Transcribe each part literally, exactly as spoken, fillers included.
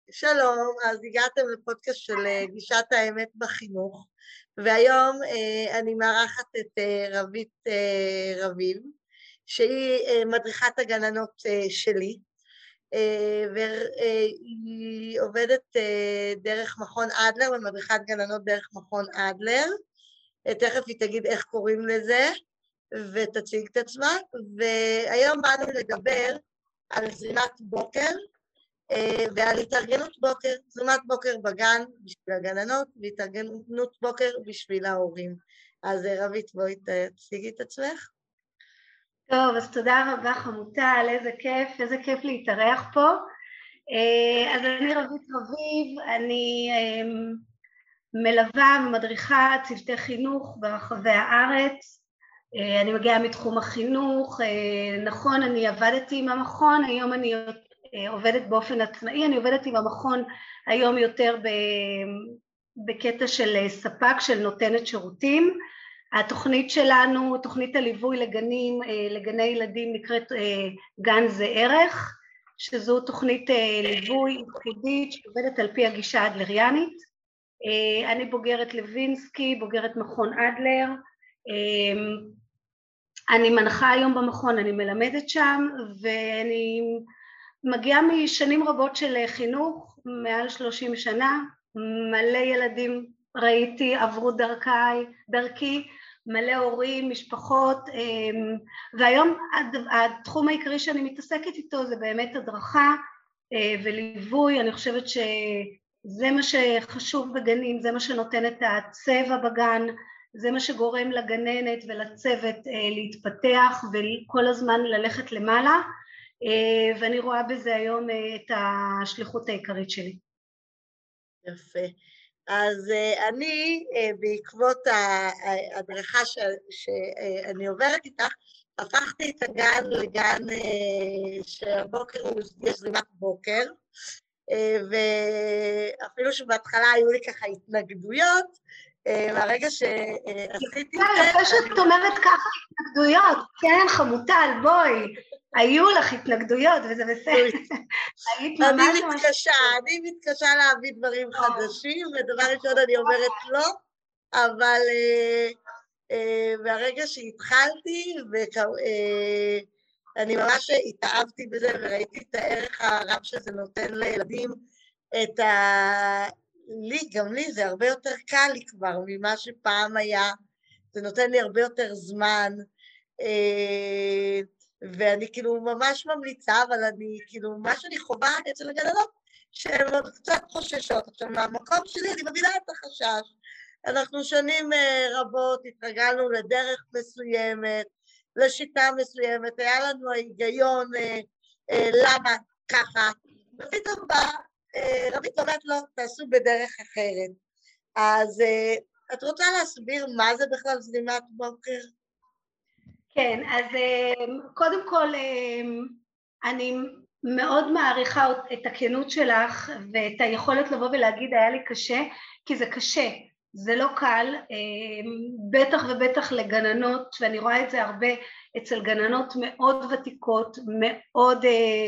שלום, אז הגעתם לפודקאסט של גישת האמת בחינוך, והיום אני מארחת את רבית רביב, שהיא מדריכת הגננות שלי, והיא עובדת דרך מכון אדלר, ומדריכת גננות דרך מכון אדלר. תכף היא תגיד איך קוראים לזה, ותציג את עצמה, והיום באנו לדבר על זרימת בוקר, ועל התארגנות בוקר, זרימת בוקר בגן בשביל הגננות, והתארגנות בוקר בשביל ההורים. אז רבית, בואי תציגי את עצמך. טוב, אז תודה רבה חמוטל, איזה כיף, איזה כיף להתארח פה. אז אני רבית רביב, אני מלווה ומדריכה צוותי חינוך ברחבי הארץ. אני מגיעה מתחום החינוך, נכון, אני עבדתי עם המכון, היום אני עובדת באופן עצמאי, אני עובדת עם המכון היום יותר בקטע של ספק, של נותנת שירותים. התוכנית שלנו, תוכנית הליווי לגנים, לגני ילדים נקראת גן זה ערך, שזו תוכנית ליווי ייחודית שעובדת על פי הגישה האדלריאנית. אני בוגרת לוינסקי, בוגרת מכון אדלר, אני מנחה היום במכון, אני מלמדת שם, ואני מגיעה משנים רבות של חינוך, מעל שלושים שנה, מלא ילדים ראיתי, עברו דרכי, דרכי, מלא הורים, משפחות, והיום התחום העיקרי שאני מתעסקת איתו זה באמת הדרכה וליווי. אני חושבת שזה מה שחשוב בגנים, זה מה שנותן את הצבע בגן, זה מה שגורם לגננת ולצוות להתפתח וכל הזמן ללכת למעלה, ואני רואה בזה היום את השליחות העיקרית שלי. יפה. אז אני, בעקבות ההדרכה שאני עוברת איתך, הפכתי את הגן לגן שהבוקר יש זרימת בוקר, ואפילו שבהתחלה היו לי ככה התנגדויות, מהרגע שעשיתי את זה... יפה שאת אומרת ככה התנגדויות, כן חמוטל, בואי, היו לך התנגדויות וזה בסדר. אני מתקשה, אני מתקשה להביא דברים חדשים, ודבר ראשון אני אומרת לא, אבל מהרגע שהתחלתי, ואני ממש התאהבתי בזה, וראיתי את הערך הרב שזה נותן לילדים, את ה... לי, גם לי, זה הרבה יותר קל לי כבר ממה שפעם היה, זה נותן לי הרבה יותר זמן, ואני כאילו ממש ממליצה, אבל אני כאילו, מה שאני חווה אצל הגננות, שהן עוד קצת חוששות. עכשיו, מהמקום שלי, אני מבינה את החשש. אנחנו שנים רבות התרגלנו לדרך מסוימת, לשיטה מסוימת, היה לנו ההיגיון, למה ככה, ופתאום בא, רבית אומרת לו, תעשו בדרך אחרת. אז את רוצה להסביר מה זה בכלל זרימת בוקר? כן, אז קודם כל אני מאוד מעריכה את הכנות שלך ואת היכולת לבוא ולהגיד היה לי קשה, כי זה קשה, זה לא קל, בטח ובטח לגננות, ואני רואה את זה הרבה אצל גננות מאוד ותיקות, מאוד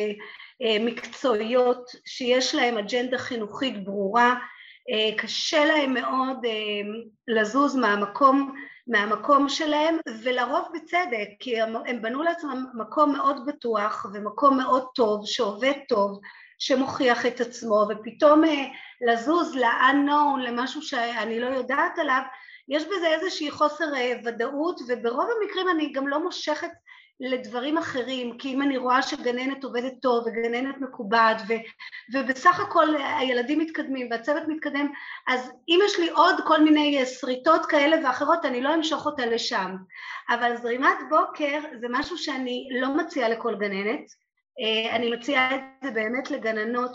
מקצועיות, שיש להם אג'נדה חינוכית ברורה, קשה להם מאוד לזוז מהמקום, מהמקום שלהם, ולרוב בצדק, כי הם בנו לעצמם מקום מאוד בטוח, ומקום מאוד טוב, שעובד טוב, שמוכיח את עצמו, ופתאום לזוז ל-unknown, למשהו שאני לא יודעת עליו, יש בזה איזושהי חוסר ודאות, וברוב המקרים אני גם לא מושכת לדברים אחרים, כי אם אני רואה שגננת עובדת טוב, וגננת מקובעת, ו, ובסך הכל הילדים מתקדמים, והצוות מתקדם, אז אם יש לי עוד כל מיני שריטות כאלה ואחרות, אני לא אמשוך אותה לשם. אבל זרימת בוקר זה משהו שאני לא מציעה לכל גננת, אני מציעה את זה באמת לגננות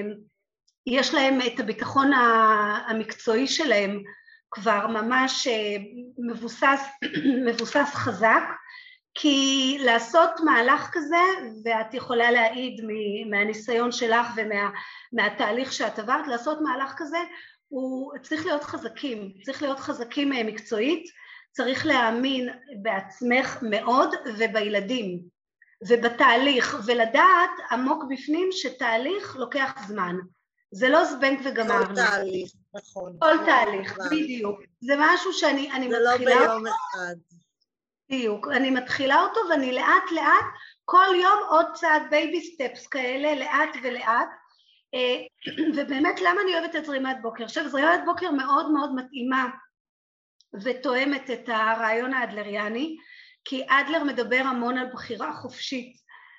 שיש להם את הביטחון המקצועי שלהם, כבר ממש מבוסס, מבוסס חזק, כי לעשות מהלך כזה, ואת יכולה להעיד מהניסיון שלך ומהתהליך שאת עברת, לעשות מהלך כזה, הוא צריך להיות חזקים, צריך להיות חזקים מקצועית, צריך להאמין בעצמך מאוד ובילדים, ובתהליך, ולדעת עמוק בפנים שתהליך לוקח זמן. זה לא זבנג וגמרנו. כל תהליך, נכון. כל תהליך, בדיוק. זה משהו שאני אני זה מתחילה... זה לא ביום אחד. בדיוק, אני מתחילה אותו ואני לאט לאט, כל יום עוד צעד בייבי סטפס כאלה, לאט ולאט, ובאמת למה אני אוהבת את זרימת בוקר? עכשיו זרימת בוקר מאוד מאוד מתאימה ותואמת את הרעיון האדלריאני, כי אדלר מדבר המון על בחירה חופשית,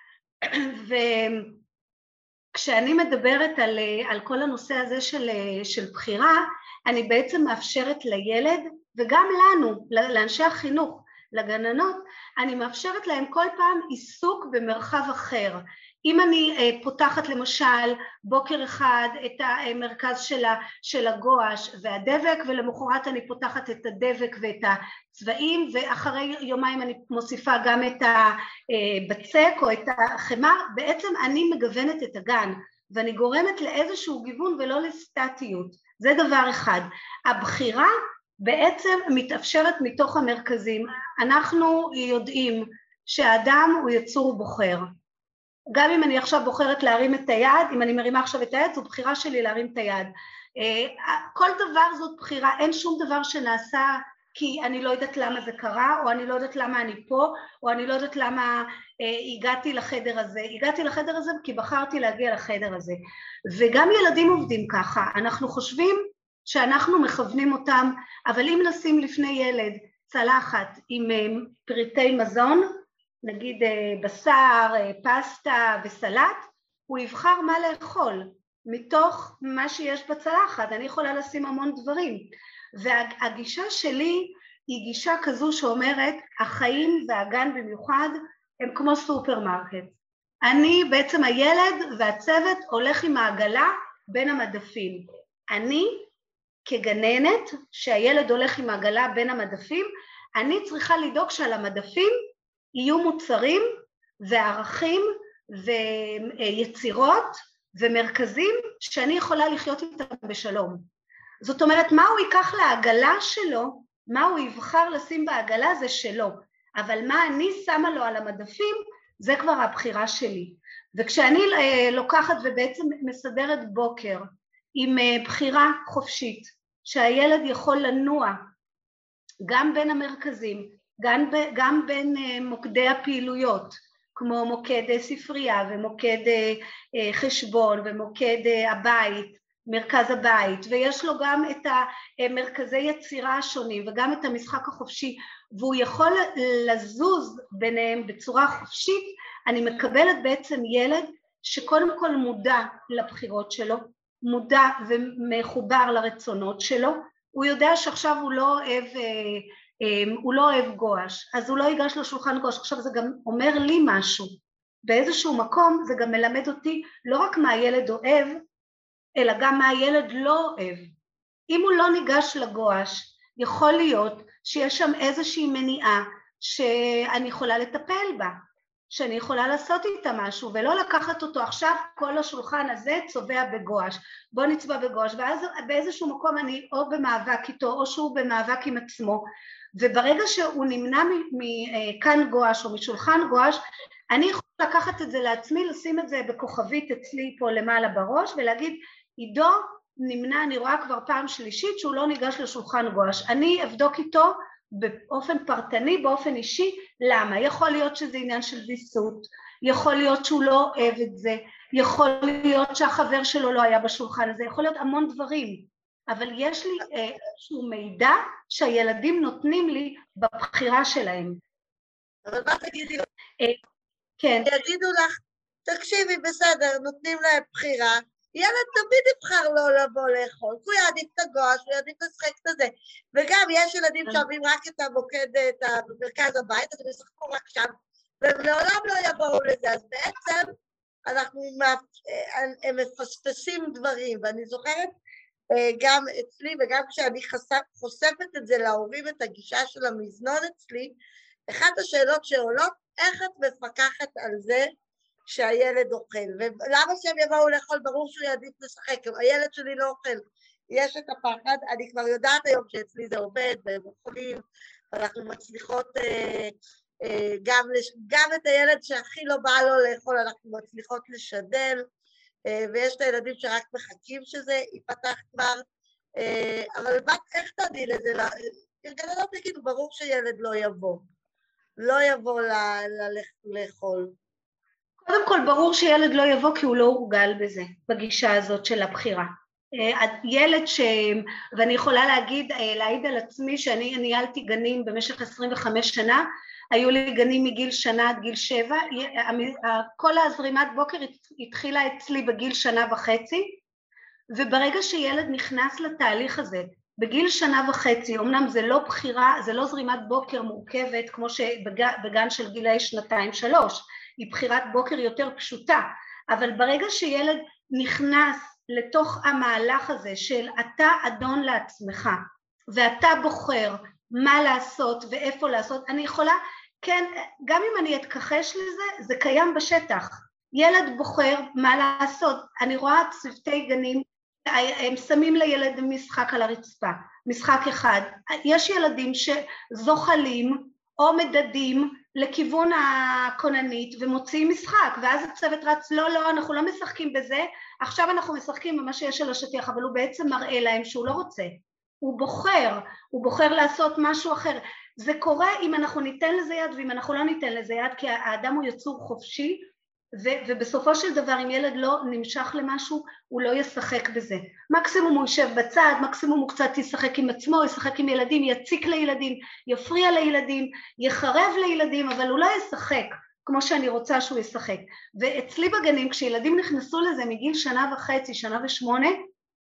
וכשאני מדברת על, על כל הנושא הזה של, של בחירה, אני בעצם מאפשרת לילד וגם לנו, לאנשי החינוך, לגננות, אני מאפשרת להם כל פעם עיסוק במרחב אחר. אם אני פותחת למשל בוקר אחד את המרכז של, של הגואש והדבק, ולמחרת אני פותחת את הדבק ואת הצבעים, ואחרי יומיים אני מוסיפה גם את הבצק או את החמר, בעצם אני מגוונת את הגן, ואני גורמת לאיזשהו גיוון ולא לסטטיות. זה דבר אחד. הבחירה בעצם מתאפשרת מתוך המרכזים. אנחנו יודעים שהאדם הוא יצור בוחר. גם אם אני עכשיו בוחרת להרים את היד, אם אני מרימה עכשיו את היד, זו בחירה שלי להרים את היד. כל דבר זאת בחירה, אין שום דבר שנעשה כי אני לא יודעת למה זה קרה, או אני לא יודעת למה אני פה, או אני לא יודעת למה הגעתי לחדר הזה. הגעתי לחדר הזה כי בחרתי להגיע לחדר הזה. וגם ילדים עובדים ככה, אנחנו חושבים שאנחנו מכוונים אותם, אבל אם נשים לפני ילד צלחת עם פריטי מזון, נגיד בשר, פסטה וסלט, הוא יבחר מה לאכול, מתוך מה שיש בצלחת. אני יכולה לשים המון דברים, והגישה שלי היא גישה כזו שאומרת, החיים והגן במיוחד הם כמו סופרמרקט. אני בעצם הילד והצוות הולך עם העגלה בין המדפים. אני כגננת, שהילד הולך עם העגלה בין המדפים, אני צריכה לדאוג שעל המדפים יהיו מוצרים וערכים ויצירות ומרכזים שאני יכולה לחיות איתם בשלום. זאת אומרת, מה הוא ייקח לעגלה שלו, מה הוא יבחר לשים בעגלה זה שלו, אבל מה אני שמה לו על המדפים זה כבר הבחירה שלי. וכשאני לוקחת ובעצם מסדרת בוקר עם בחירה חופשית, שהילד יכול לנוע גם בין המרכזים, גם, גם בין מוקדי הפעילויות, כמו מוקד ספרייה ומוקד חשבון ומוקד הבית, מרכז הבית, ויש לו גם את המרכזי יצירה השונים וגם את המשחק החופשי, והוא יכול לזוז ביניהם בצורה חופשית. אני מקבלת בעצם ילד שקודם כל מודע לבחירות שלו, מודע ומחובר לרצונות שלו, הוא יודע שעכשיו הוא לא אוהב, הוא לא אוהב גואש, אז הוא לא ייגש לשולחן גואש. עכשיו זה גם אומר לי משהו, באיזשהו מקום זה גם מלמד אותי לא רק מה הילד אוהב, אלא גם מה הילד לא אוהב. אם הוא לא ניגש לגואש, יכול להיות שיש שם איזושהי מניעה שאני יכולה לטפל בה, שאני יכולה לעשות איתה משהו, ולא לקחת אותו עכשיו, כל השולחן הזה צובע בגואש, בוא נצבע בגואש, ואז באיזשהו מקום אני או במאבק איתו, או שהוא במאבק עם עצמו, וברגע שהוא נמנע מכאן גואש, או משולחן גואש, אני יכולה לקחת את זה לעצמי, לשים את זה בכוכבית אצלי פה למעלה בראש, ולהגיד, עידו נמנע, אני רואה כבר פעם שלישית, שהוא לא ניגש לשולחן גואש, אני אבדוק איתו, באופן פרטני, באופן אישי. למה? יכול להיות שזה עניין של ויסות, יכול להיות שהוא לא אוהב את זה, יכול להיות שהחבר שלו לא היה בשולחן הזה, יכול להיות המון דברים, אבל יש לי איזשהו מידע שהילדים נותנים לי בבחירה שלהם. אבל מה תגידי? כן. יגידו לך, תקשיבי, בסדר, נותנים להם בחירה, ילד תמיד יבחר לא לבוא לאכול, הוא יעדיף את הגואש, הוא יעדיף לשחק את זה, וגם יש ילדים שאוהבים רק את המוקד, את המרכז הבית, אז הם ישחקו רק שם, ולעולם לא יבואו לזה, אז בעצם אנחנו, הם מפספסים דברים, ואני זוכרת גם אצלי, וגם כשאני חושפת את זה להורים, את הגישה של המזנון אצלי, אחת השאלות שעולות, איך את מפקחת על זה, שהילד אוכל, ולמה שהם יבואו לאכול? ברור שהוא יעדיף לשחק, הילד שלי לא אוכל, יש את הפחד, אני כבר יודעת היום שאצלי זה עובד, והם אוכלים, ואנחנו מצליחות אה, אה, גם, לש... גם את הילד שהכי לא בא לו לאכול, אנחנו מצליחות לשדל, ויש את הילדים שרק מחכים שזה ייפתח כבר, אבל מה, איך תעדי לזה? גננות יגידו, ברור שילד לא יבוא, לא יבוא לאכול. קודם כל, ברור שילד לא יבוא כי הוא לא הורגל בזה, בגישה הזאת של הבחירה. ילד ש... ואני יכולה להגיד, להעיד על עצמי שאני ניהלתי גנים במשך עשרים וחמש שנה, היו לי גנים מגיל שנה עד גיל שבע, כל הזרימת בוקר התחילה אצלי בגיל שנה וחצי, וברגע שילד נכנס לתהליך הזה, בגיל שנה וחצי, אמנם זה לא בחירה, זה לא זרימת בוקר מורכבת כמו שבגן של גילי שנתיים שלוש, היא בחירת בוקר יותר פשוטה, אבל ברגע שילד נכנס לתוך המהלך הזה של אתה אדון לעצמך, ואתה בוחר מה לעשות ואיפה לעשות, אני יכולה, כן, גם אם אני אתכחש לזה, זה קיים בשטח, ילד בוחר מה לעשות, אני רואה צוותי גנים, הם שמים לילד משחק על הרצפה, משחק אחד, יש ילדים שזוחלים או מדדים לכיוון הכוננית ומוציאים משחק, ואז הצוות רץ, לא, לא, אנחנו לא משחקים בזה, עכשיו אנחנו משחקים במה שיש על השטיח, אבל הוא בעצם מראה להם שהוא לא רוצה, הוא בוחר, הוא בוחר לעשות משהו אחר, זה קורה אם אנחנו ניתן לזה יד ואם אנחנו לא ניתן לזה יד, כי האדם הוא יצור חופשי, ו- ובסופו של דבר אם ילד לא נמשך למשהו הוא לא ישחק בזה, מקסימום הוא יישב בצד, מקסימום הוא קצת ישחק עם עצמו, ישחק עם ילדים, יציק לילדים, יפריע לילדים, יחרב לילדים, אבל הוא לא ישחק כמו שאני רוצה שהוא ישחק. ואצלי בגנים כשילדים נכנסו לזה מגיל שנה וחצי, שנה ושמונה,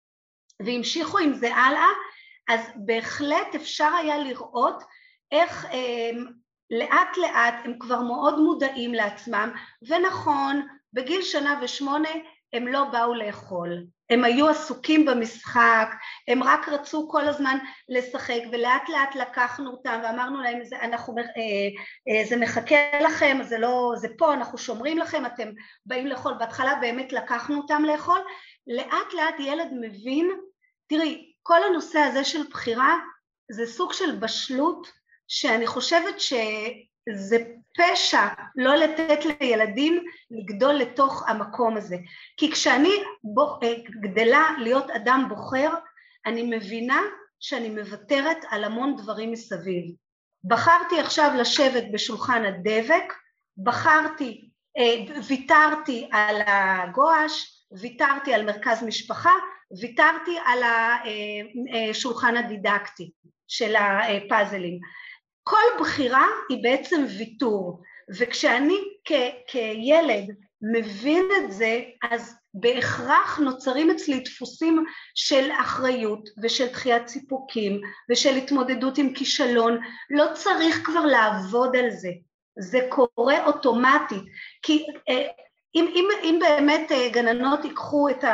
והמשיכו עם זה הלאה, אז בהחלט אפשר היה לראות איך אה, לאט לאט הם כבר מאוד מודעים לעצמם, ונכון, בגיל שנה ושמונה הם לא באו לאכול, הם היו עסוקים במשחק, הם רק רצו כל הזמן לשחק, ולאט לאט לקחנו אותם ואמרנו להם, זה, אנחנו, אה, אה, זה מחכה לכם, זה, לא, זה פה, אנחנו שומרים לכם, אתם באים לאכול, בהתחלה באמת לקחנו אותם לאכול, לאט לאט ילד מבין, תראי, כל הנושא הזה של בחירה, זה סוג של בשלות, שאני חושבת שזה פשע לא לתת לילדים לגדול לתוך המקום הזה. כי כשאני גדלה להיות אדם בוחר, אני מבינה שאני מוותרת על המון דברים מסביב. בחרתי עכשיו לשבת בשולחן הדבק, בחרתי, ויתרתי על הגואש, ויתרתי על מרכז משפחה, ויתרתי על השולחן הדידקטי של הפאזלים. כל בחירה היא בעצם ויתור, וכשאני כ- כילד מבין את זה, אז בהכרח נוצרים אצלי דפוסים של אחריות ושל דחיית סיפוקים ושל התמודדות עם כישלון, לא צריך כבר לעבוד על זה, זה קורה אוטומטית, כי אם, אם, אם באמת גננות ייקחו את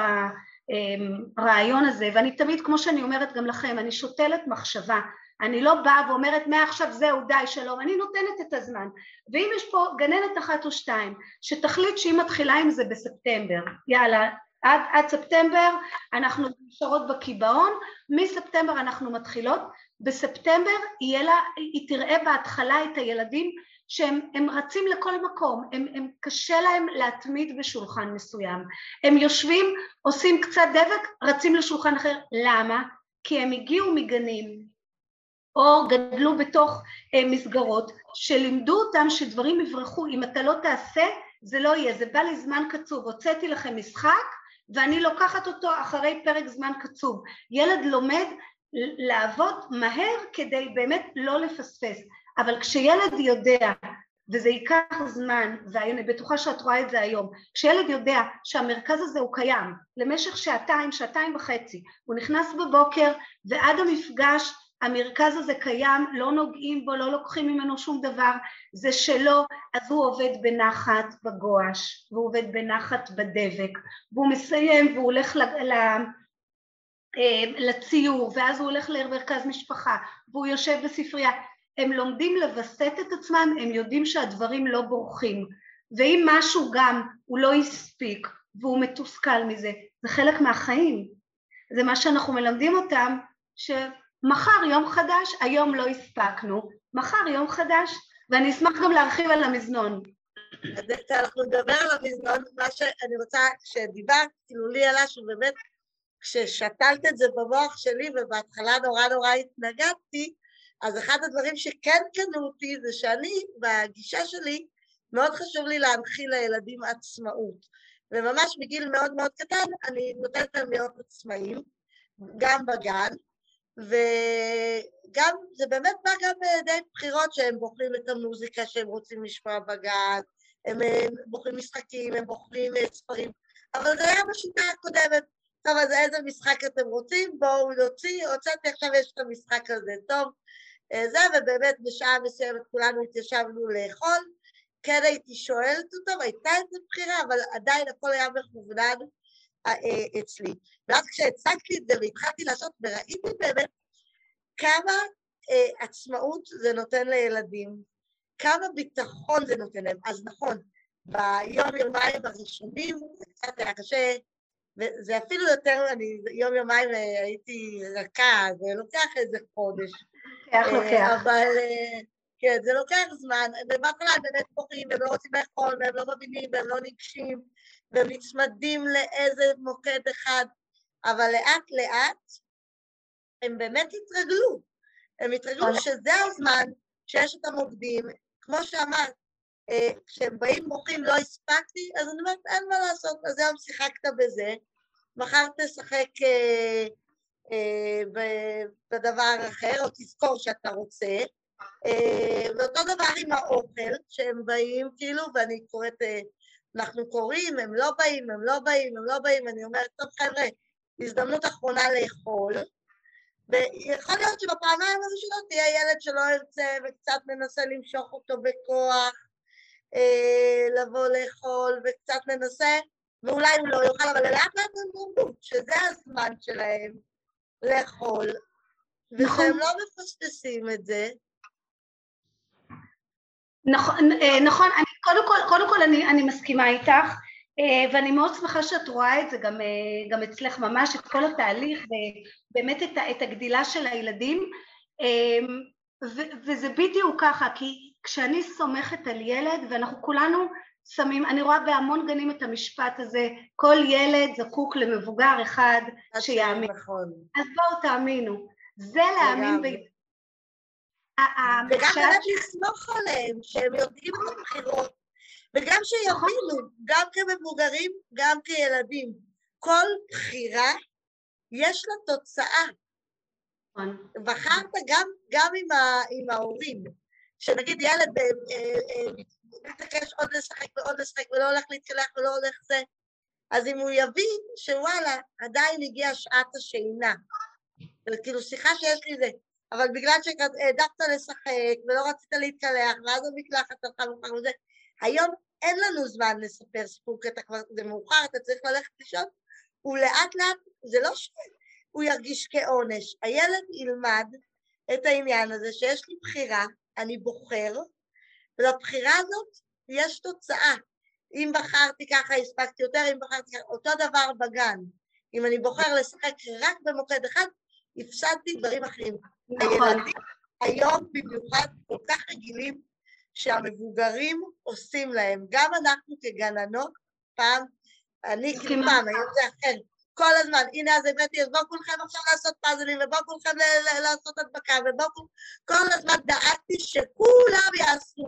הרעיון הזה, ואני תמיד, כמו שאני אומרת גם לכם, אני שותלת מחשבה, אני לא באה ואומרת מעכשיו זהו די שלום, אני נותנת את הזמן, ואם יש פה גננת אחת או שתיים שתחליט שהיא מתחילה עם זה בספטמבר, יאללה, עד, עד ספטמבר אנחנו נשארות בקיבעון, מספטמבר אנחנו מתחילות, בספטמבר יהיה לה, היא תראה בהתחלה את הילדים שהם הם רצים לכל מקום, הם, הם קשה להם להתמיד בשולחן מסוים, הם יושבים, עושים קצת דבק, רצים לשולחן אחר, למה? כי הם הגיעו מגנים, או גדלו בתוך אה, מסגרות, שלימדו אותם שדברים יברחו, אם אתה לא תעשה, זה לא יהיה, זה בא לי זמן קצוב, הוצאתי לכם משחק, ואני לוקחת אותו אחרי פרק זמן קצוב. ילד לומד לעבוד מהר כדי באמת לא לפספס, אבל כשילד יודע, וזה ייקח זמן, ואני בטוחה שאת רואה את זה היום, כשילד יודע שהמרכז הזה הוא קיים, למשך שעתיים, שעתיים וחצי, הוא נכנס בבוקר, ועד המפגש, המרכז הזה קיים, לא נוגעים בו, לא לוקחים ממנו שום דבר, זה שלו, אז הוא עובד בנחת בגואש, והוא עובד בנחת בדבק, והוא מסיים והוא הולך לציור, ואז הוא הולך למרכז משפחה, והוא יושב בספרייה, הם לומדים לבסט את עצמם, הם יודעים שהדברים לא בורחים, ואם משהו גם הוא לא הספיק, והוא מתוסכל מזה, זה חלק מהחיים, זה מה שאנחנו מלמדים אותם, ש... מחר יום חדש, היום לא הספקנו, מחר יום חדש, ואני אשמח גם להרחיב על המזנון, אז אנחנו נדבר על המזנון, מה שאני רוצה, כשדיברת, כאילו לי עלה שבאמת, כששתלת את זה במוח שלי, ובהתחלה נורא נורא התנגדתי, אז אחד הדברים שכן קנו אותי, זה שאני, בגישה שלי, מאוד חשוב לי להנחיל לילדים עצמאות. וממש בגיל מאוד מאוד קטן, אני נותנת להם להיות עצמאים, גם בגן, וגם, זה באמת בא גם די בחירות שהם בוחרים את המוזיקה שהם רוצים לשמוע בגן, הם בוחרים משחקים, הם בוחרים ספרים, אבל זה היה בשיטה הקודמת. טוב, אז איזה משחק אתם רוצים? בואו נוציא, הוצאתי עכשיו יש את המשחק הזה, טוב, זה, ובאמת בשעה מסוימת כולנו התיישבנו לאכול, כן הייתי שואלת אותו, הייתה איזו בחירה, אבל עדיין הכל היה מכוונן אצלי. ואז כשהצגתי את זה והתחלתי לעשות, וראיתי באמת כמה עצמאות זה נותן לילדים, כמה ביטחון זה נותן להם. אז נכון, ביום יומיים הראשונים זה קצת היה קשה, וזה אפילו יותר, אני יום יומיים הייתי רכה, זה לוקח איזה חודש. לוקח, לוקח. אבל כן, זה לוקח זמן, ובהתחלה הם באמת בוחרים, והם לא רוצים לאכול, והם לא מבינים, והם לא ניגשים, והם נצמדים לאיזה מוקד אחד, אבל לאט לאט הם באמת התרגלו. הם התרגלו שזה הזמן שיש את המוקדים, כמו שאמרת, כשהם באים בוכים לא הספקתי, אז אני אומרת, אין מה לעשות, אז היום שיחקת בזה, מחר תשחק אה, אה, בדבר אחר, או תזכור שאתה רוצה, אה, ואותו דבר עם האוכל, שהם באים כאילו, ואני קוראת, אה, אנחנו קוראים, הם לא באים, הם לא באים, הם לא באים, אני אומרת, טוב חבר'ה, הזדמנות אחרונה לאכול, ויכול להיות שבפעמיים הראשונות תהיה ילד שלא ירצה, וקצת מנסה למשוך אותו בכוח, לבוא לאכול וקצת ננסה, ואולי הוא לא יאכל, אבל לאט לאט הם אומרים שזה הזמן שלהם לאכול, ושהם לא מפספסים את זה. נכון, נכון, אני, קודם כל, קודם כל אני, אני מסכימה איתך, ואני מאוד שמחה שאת רואה את זה גם, גם אצלך ממש, את כל התהליך, ובאמת את, את הגדילה של הילדים, ו, וזה בדיוק ככה, כי כשאני סומכת על ילד, ואנחנו כולנו שמים, אני רואה בהמון גנים את המשפט הזה, כל ילד זקוק למבוגר אחד שיאמין. נכון. אז בואו תאמינו, זה להאמין ב... וגם באמת לסמוך עליהם, שהם יודעים את הבחירות, וגם שיבינו, גם כמבוגרים, גם כילדים, כל בחירה יש לה תוצאה. בחרת גם, גם עם, ה, עם ההורים, שנגיד ילד מתעקש עוד לשחק ועוד לשחק ולא הולך להתקלח ולא הולך זה, אז אם הוא יבין שוואלה, עדיין הגיעה שעת השינה, כאילו שיחה שיש לי זה, אבל בגלל שהעדפת לשחק ולא רצית להתקלח, ואז המקלחת הלכה מאוחר וזה, היום אין לנו זמן לספר סיפור, כי אתה כבר, זה מאוחר, אתה צריך ללכת לישון, ולאט לאט, זה לא שהוא ירגיש כעונש, הילד ילמד את העניין הזה שיש לי בחירה, אני בוחר, ולבחירה הזאת יש תוצאה. אם בחרתי ככה, הספקתי יותר, אם בחרתי ככה, אותו דבר בגן. אם אני בוחר לשחק רק במוקד אחד, הפסדתי דברים אחרים. הילדים היום במיוחד כל כך רגילים שהמבוגרים עושים להם. גם אנחנו כגננות, פעם, אני כאילו פעם, היום זה אחר. כל הזמן, הנה אז הבאתי, אז בואו כולכם עכשיו לעשות פאזלים, ובואו כולכם לעשות הדבקה, ובואו כל הזמן דאגתי שכולם יעשו.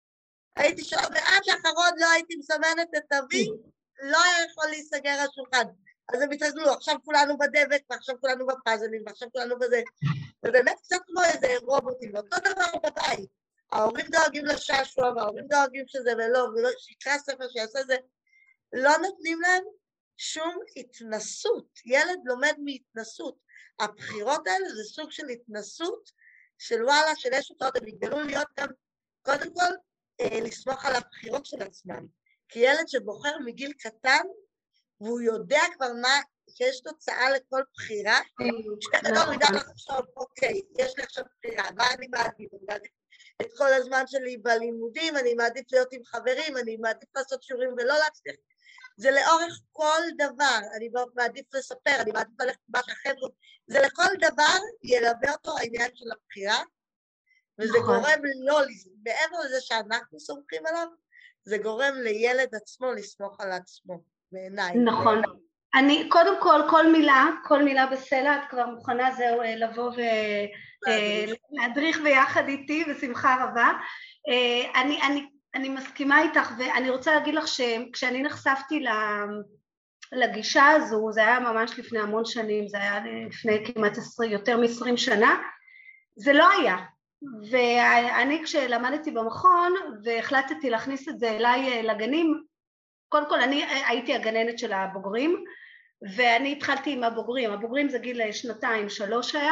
הייתי שם, ועד שאחרון לא הייתי מסמנת את אבי, לא היה יכול להיסגר השולחן. אז הם התרגלו, עכשיו כולנו בדבק, ועכשיו כולנו בפאזלים, ועכשיו כולנו בזה. ובאמת קצת כמו איזה רובוטים, אותו דבר בבית. ההורים דואגים לשעשוע, וההורים דואגים שזה ולא, ולא שיקרא ספר שיעשה זה. לא נותנים להם שום התנסות. ילד לומד מהתנסות. הבחירות האלה זה סוג של התנסות, של וואלה, של יש אותות, הם יגדלו להיות גם, קודם כל, אה, לסמוך על הבחירות של עצמם. כי ילד שבוחר מגיל קטן, והוא יודע כבר מה, שיש תוצאה לכל בחירה, שגדול הוא ידע לחשוב, אוקיי, יש לי עכשיו בחירה, מה אני מעדיף? אני מעדיף את כל הזמן שלי בלימודים, אני מעדיף להיות עם חברים, אני מעדיף לעשות שיעורים ולא להצליח. זה לאורך כל דבר, אני מעדיף לספר, אני מעדיף ללכת מה שהחבר'ה, זה לכל דבר ילווה אותו העניין של הבחירה, וזה גורם לא, מעבר לזה שאנחנו סומכים עליו, זה גורם לילד עצמו לסמוך על עצמו, בעיניי. נכון. אני, קודם כל, כל מילה, כל מילה בסלע, את כבר מוכנה זהו לבוא ולהדריך ביחד איתי, בשמחה רבה. אני, אני, אני מסכימה איתך, ואני רוצה להגיד לך שכשאני נחשפתי לגישה הזו, זה היה ממש לפני המון שנים, זה היה לפני כמעט יותר מ-עשרים שנה, זה לא היה. ואני כשלמדתי במכון והחלטתי להכניס את זה אליי לגנים, קודם כל אני הייתי הגננת של הבוגרים, ואני התחלתי עם הבוגרים, הבוגרים זה גיל שנתיים, שלוש היה,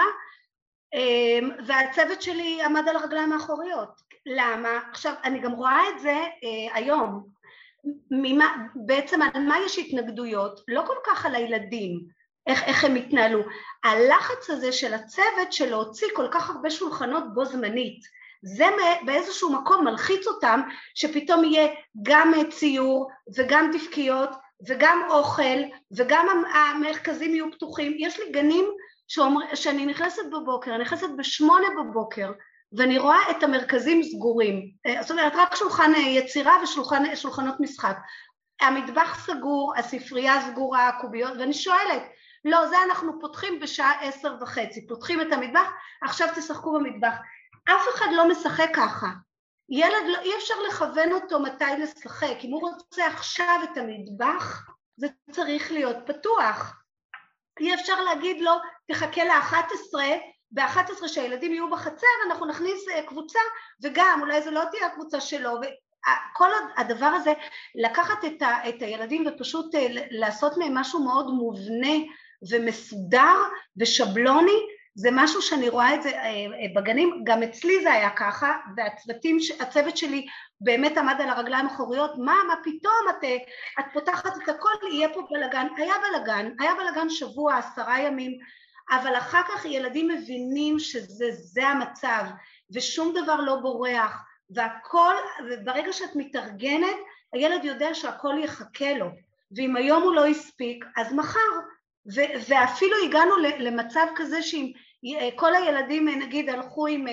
והצוות שלי עמד על הרגליים האחוריות. למה? עכשיו אני גם רואה את זה היום, ממה, בעצם על מה יש התנגדויות, לא כל כך על הילדים, איך, איך הם התנהלו, הלחץ הזה של הצוות של להוציא כל כך הרבה שולחנות בו זמנית, זה באיזשהו מקום מלחיץ אותם, שפתאום יהיה גם ציור וגם דפקיות וגם אוכל וגם המרכזים יהיו פתוחים. יש לי גנים שאומר, שאני נכנסת בבוקר, אני נכנסת בשמונה בבוקר, ואני רואה את המרכזים סגורים, זאת אומרת רק שולחן יצירה ושולחנות משחק, המטבח סגור, הספרייה סגורה, הקוביות, ואני שואלת, לא, זה אנחנו פותחים בשעה עשר וחצי, פותחים את המטבח, עכשיו תשחקו במטבח. אף אחד לא משחק ככה. ילד, לא, אי אפשר לכוון אותו מתי לשחק. אם הוא רוצה עכשיו את המטבח, זה צריך להיות פתוח. אי אפשר להגיד לו, תחכה ל-אחת עשרה, ב-אחת עשרה שהילדים יהיו בחצר, אנחנו נכניס קבוצה, וגם אולי זה לא תהיה הקבוצה שלו, וכל הדבר הזה, לקחת את, ה, את הילדים ופשוט לעשות מהם משהו מאוד מובנה ומסודר ושבלוני, זה משהו שאני רואה את זה בגנים, גם אצלי זה היה ככה, והצוותים, הצוות שלי באמת עמד על הרגליים האחוריות, מה, מה פתאום, את, את פותחת את הכל, יהיה פה בלגן, היה בלגן, היה בלגן שבוע, עשרה ימים, אבל אחר כך ילדים מבינים שזה זה המצב, ושום דבר לא בורח, והכל, וברגע שאת מתארגנת, הילד יודע שהכל יחכה לו, ואם היום הוא לא הספיק, אז מחר, ו- ואפילו הגענו למצב כזה שאם כל הילדים נגיד הלכו עם,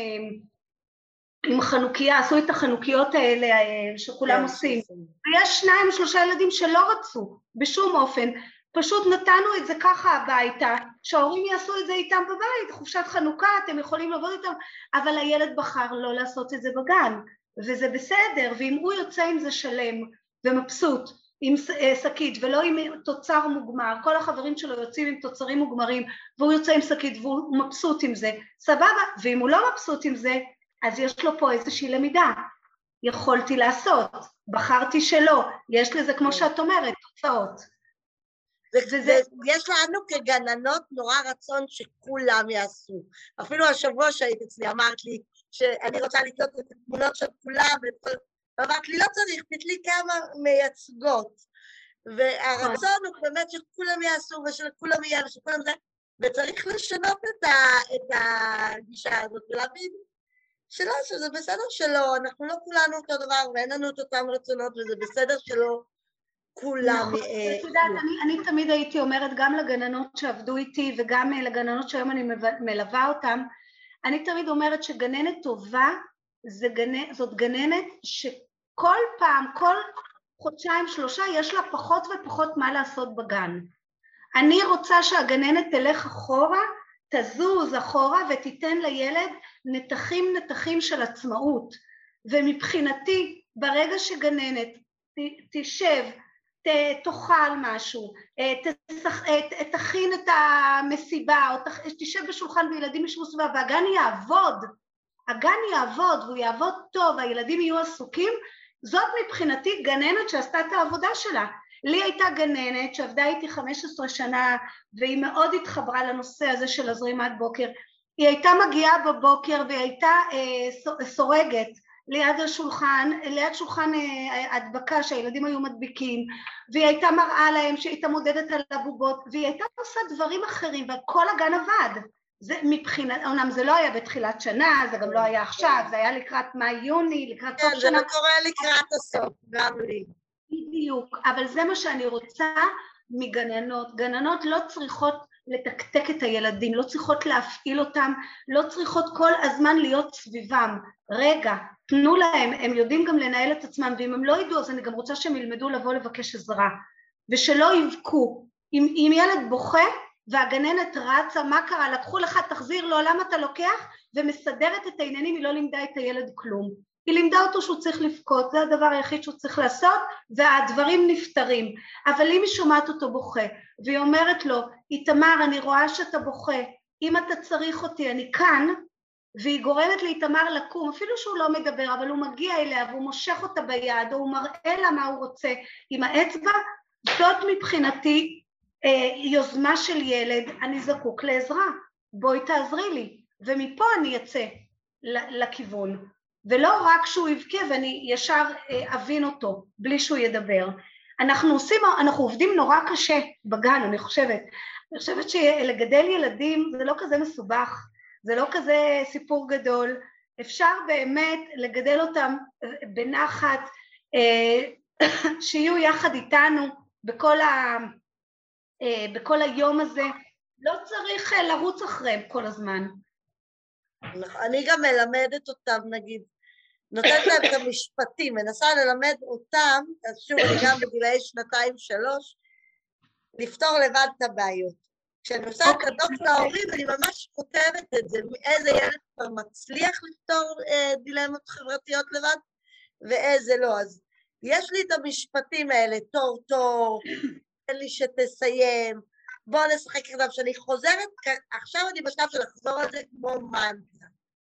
עם חנוכיה, עשו את החנוכיות האלה שכולם עושים, ויש שניים שלושה ילדים שלא רצו בשום אופן, פשוט נתנו את זה ככה הביתה, שההורים יעשו את זה איתם בבית, חופשת חנוכה, אתם יכולים לעבוד איתם, אבל הילד בחר לא לעשות את זה בגן, וזה בסדר, ואם הוא יוצא עם זה שלם ומבסוט, עם שקית ולא עם תוצר מוגמר, כל החברים שלו יוצאים עם תוצרים מוגמרים, והוא יוצא עם שקית והוא מבסוט עם זה, סבבה, ואם הוא לא מבסוט עם זה, אז יש לו פה איזושהי למידה, יכולתי לעשות, בחרתי שלא, יש לזה כמו שאת אומרת, תוצאות. וזה, יש לנו כגננות נורא רצון שכולם יעשו, אפילו השבוע שהיית אצלי אמרת לי, שאני רוצה לקלוט את התמונות של כולם, ואמרת לי, לא צריך, תתלי כמה מייצגות, והרצון הוא באמת שכולם יעשו, ושכולם יהיה, ושכולם זה, וצריך לשנות את, ה, את הגישה הזאת, ולהבין שלא, שזה בסדר שלא, אנחנו לא כולנו אותו דבר, ואין לנו את אותם רצונות, וזה בסדר שלא כולם... נכון, את יודעת, אני, אני תמיד הייתי אומרת, גם לגננות שעבדו איתי, וגם לגננות שהיום אני מלווה אותם, אני תמיד אומרת שגננת טובה, זה גננת, זאת גננת שכל פעם, כל חודשיים, שלושה, יש לה פחות ופחות מה לעשות בגן. אני רוצה שהגננת תלך אחורה, תזוז אחורה ותיתן לילד נתחים נתחים של עצמאות. ומבחינתי, ברגע שגננת תשב, תאכל משהו, תכין את המסיבה, או תשב בשולחן וילדים ישבו סביבה, והגן יעבוד, הגן יעבוד והוא יעבוד טוב, הילדים יהיו עסוקים, זאת מבחינתי גננת שעשתה את העבודה שלה. לי הייתה גננת שעבדה איתי חמש עשרה שנה, והיא מאוד התחברה לנושא הזה של הזרימת בוקר. היא הייתה מגיעה בבוקר והיא הייתה אה, סורגת ליד השולחן, ליד שולחן אה, הדבקה שהילדים היו מדביקים, והיא הייתה מראה להם שהיא הייתה מודדת על הבובות, והיא הייתה עושה דברים אחרים, וכל הגן עבד. זה מבחינת, אומנם זה לא היה בתחילת שנה, זה גם לא היה עכשיו, זה היה לקראת מאי-יוני, לקראת סוף שנה. כן, זה לא קורה לקראת הסוף, גם לי. בדיוק, אבל זה מה שאני רוצה מגננות. גננות לא צריכות לתקתק את הילדים, לא צריכות להפעיל אותם, לא צריכות כל הזמן להיות סביבם. רגע, תנו להם, הם יודעים גם לנהל את עצמם, ואם הם לא ידעו, אז אני גם רוצה שהם ילמדו לבוא לבקש עזרה, ושלא יבכו. אם, אם ילד בוכה, והגננת רצה, מה קרה? לקחו לך, תחזיר לו, למה אתה לוקח? ומסדרת את העניינים, היא לא לימדה את הילד כלום. היא לימדה אותו שהוא צריך לבכות, זה הדבר היחיד שהוא צריך לעשות, והדברים נפתרים. אבל אם היא שומעת אותו בוכה, והיא אומרת לו, איתמר, אני רואה שאתה בוכה, אם אתה צריך אותי, אני כאן, והיא גורמת לאיתמר לקום, אפילו שהוא לא מדבר, אבל הוא מגיע אליה, והוא מושך אותה ביד, או הוא מראה לה מה הוא רוצה עם האצבע, זאת מבחינתי אה, יוזמה של ילד, אני זקוק לעזרה, בואי תעזרי לי, ומפה אני אצא לכיוון. ולא רק שהוא יבכה ואני ישר אבין אותו בלי שהוא ידבר. אנחנו עושים, אנחנו עובדים נורא קשה בגן, אני חושבת. אני חושבת שלגדל ילדים זה לא כזה מסובך, זה לא כזה סיפור גדול, אפשר באמת לגדל אותם בנחת, שיהיו יחד איתנו בכל, ה, בכל היום הזה, לא צריך לרוץ אחריהם כל הזמן. אני גם מלמדת אותם, נגיד, נותנת להם את המשפטים, מנסה ללמד אותם, אז שוב, אני גם בגילאי שנתיים, שלוש, לפתור לבד את הבעיות. כשאני עושה את הדוח להורים, אני ממש כותבת את זה, איזה ילד כבר מצליח לפתור אה, דילמות חברתיות לבד, ואיזה לא. אז יש לי את המשפטים האלה, תור תור, תן לי שתסיים, בואו נשחק עכשיו, שאני חוזרת, עכשיו אני בשלב של לחזור על זה כמו מנטרה.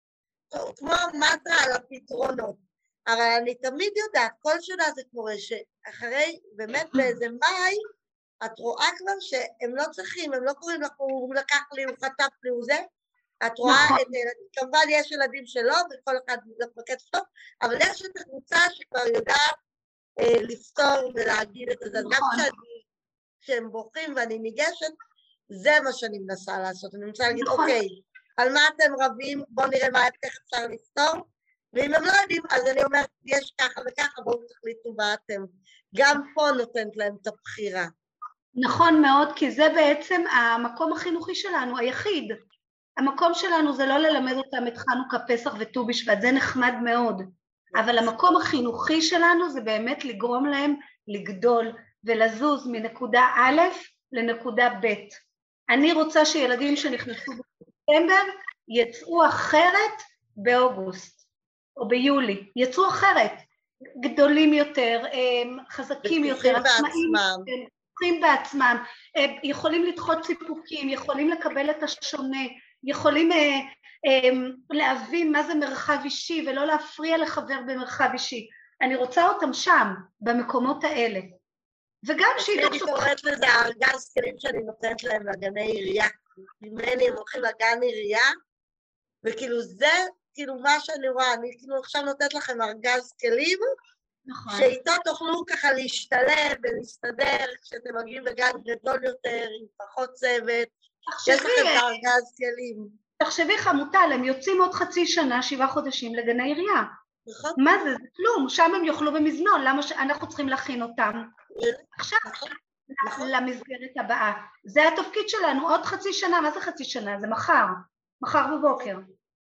כמו מנטרה על הפתרונות. אבל אני תמיד יודעת, כל שנה זה קורה, שאחרי, באמת באיזה מאי, את רואה כבר שהם לא צריכים, הם לא קוראים לך, הוא לקח לי, הוא חטף לי, הוא זה. את רואה את ילדים, כמובן יש ילדים שלא, וכל אחד מפקד טוב, אבל יש את הקבוצה שכבר יודעת אה, לפתור ולהגיד את זה. נכון. גם כשאני, כשהם בוכים ואני ניגשת, זה מה שאני מנסה לעשות. אני מנסה להגיד, נכון. אוקיי, על מה אתם רבים, בואו נראה מה איך אפשר לפתור, ואם הם לא יודעים, אז אני אומרת, יש ככה וככה, בואו תחליטו מה אתם. גם פה נותנת להם את הבחירה. נכון מאוד, כי זה בעצם המקום החינוכי שלנו, היחיד. המקום שלנו זה לא ללמד אותם את חנוכה, פסח וט"ו בשבט, זה נחמד מאוד. אבל המקום החינוכי שלנו זה באמת לגרום להם לגדול ולזוז מנקודה א' לנקודה ב'. אני רוצה שילדים שנכנסו בספטמבר יצאו אחרת באוגוסט או ביולי, יצאו אחרת, גדולים יותר, חזקים יותר, עצמאים יותר. בעצמם, יכולים לדחות סיפוקים, יכולים לקבל את השונה, יכולים אה, אה, להבין מה זה מרחב אישי ולא להפריע לחבר במרחב אישי. אני רוצה אותם שם, במקומות האלה. וגם שידעו... אני קוראת לזה ארגז כלים שאני נותנת להם לגני עירייה. ממני הם הולכים לגן עירייה, וכאילו זה, כאילו מה שאני רואה, אני כאילו עכשיו נותנת לכם ארגז כלים, נכון. שאיתו תוכלו ככה להשתלב ולהסתדר כשאתם מגיעים לגן גדול יותר, עם פחות צוות, יש לכם את הארגז כלים. תחשבי חמוטל, הם יוצאים עוד חצי שנה, שבעה חודשים לגני עירייה. נכון. מה זה? זה כלום, שם הם יאכלו במזנון, למה שאנחנו צריכים להכין אותם? עכשיו, נכון. למסגרת הבאה. זה התפקיד שלנו, עוד חצי שנה, מה זה חצי שנה? זה מחר, מחר בבוקר.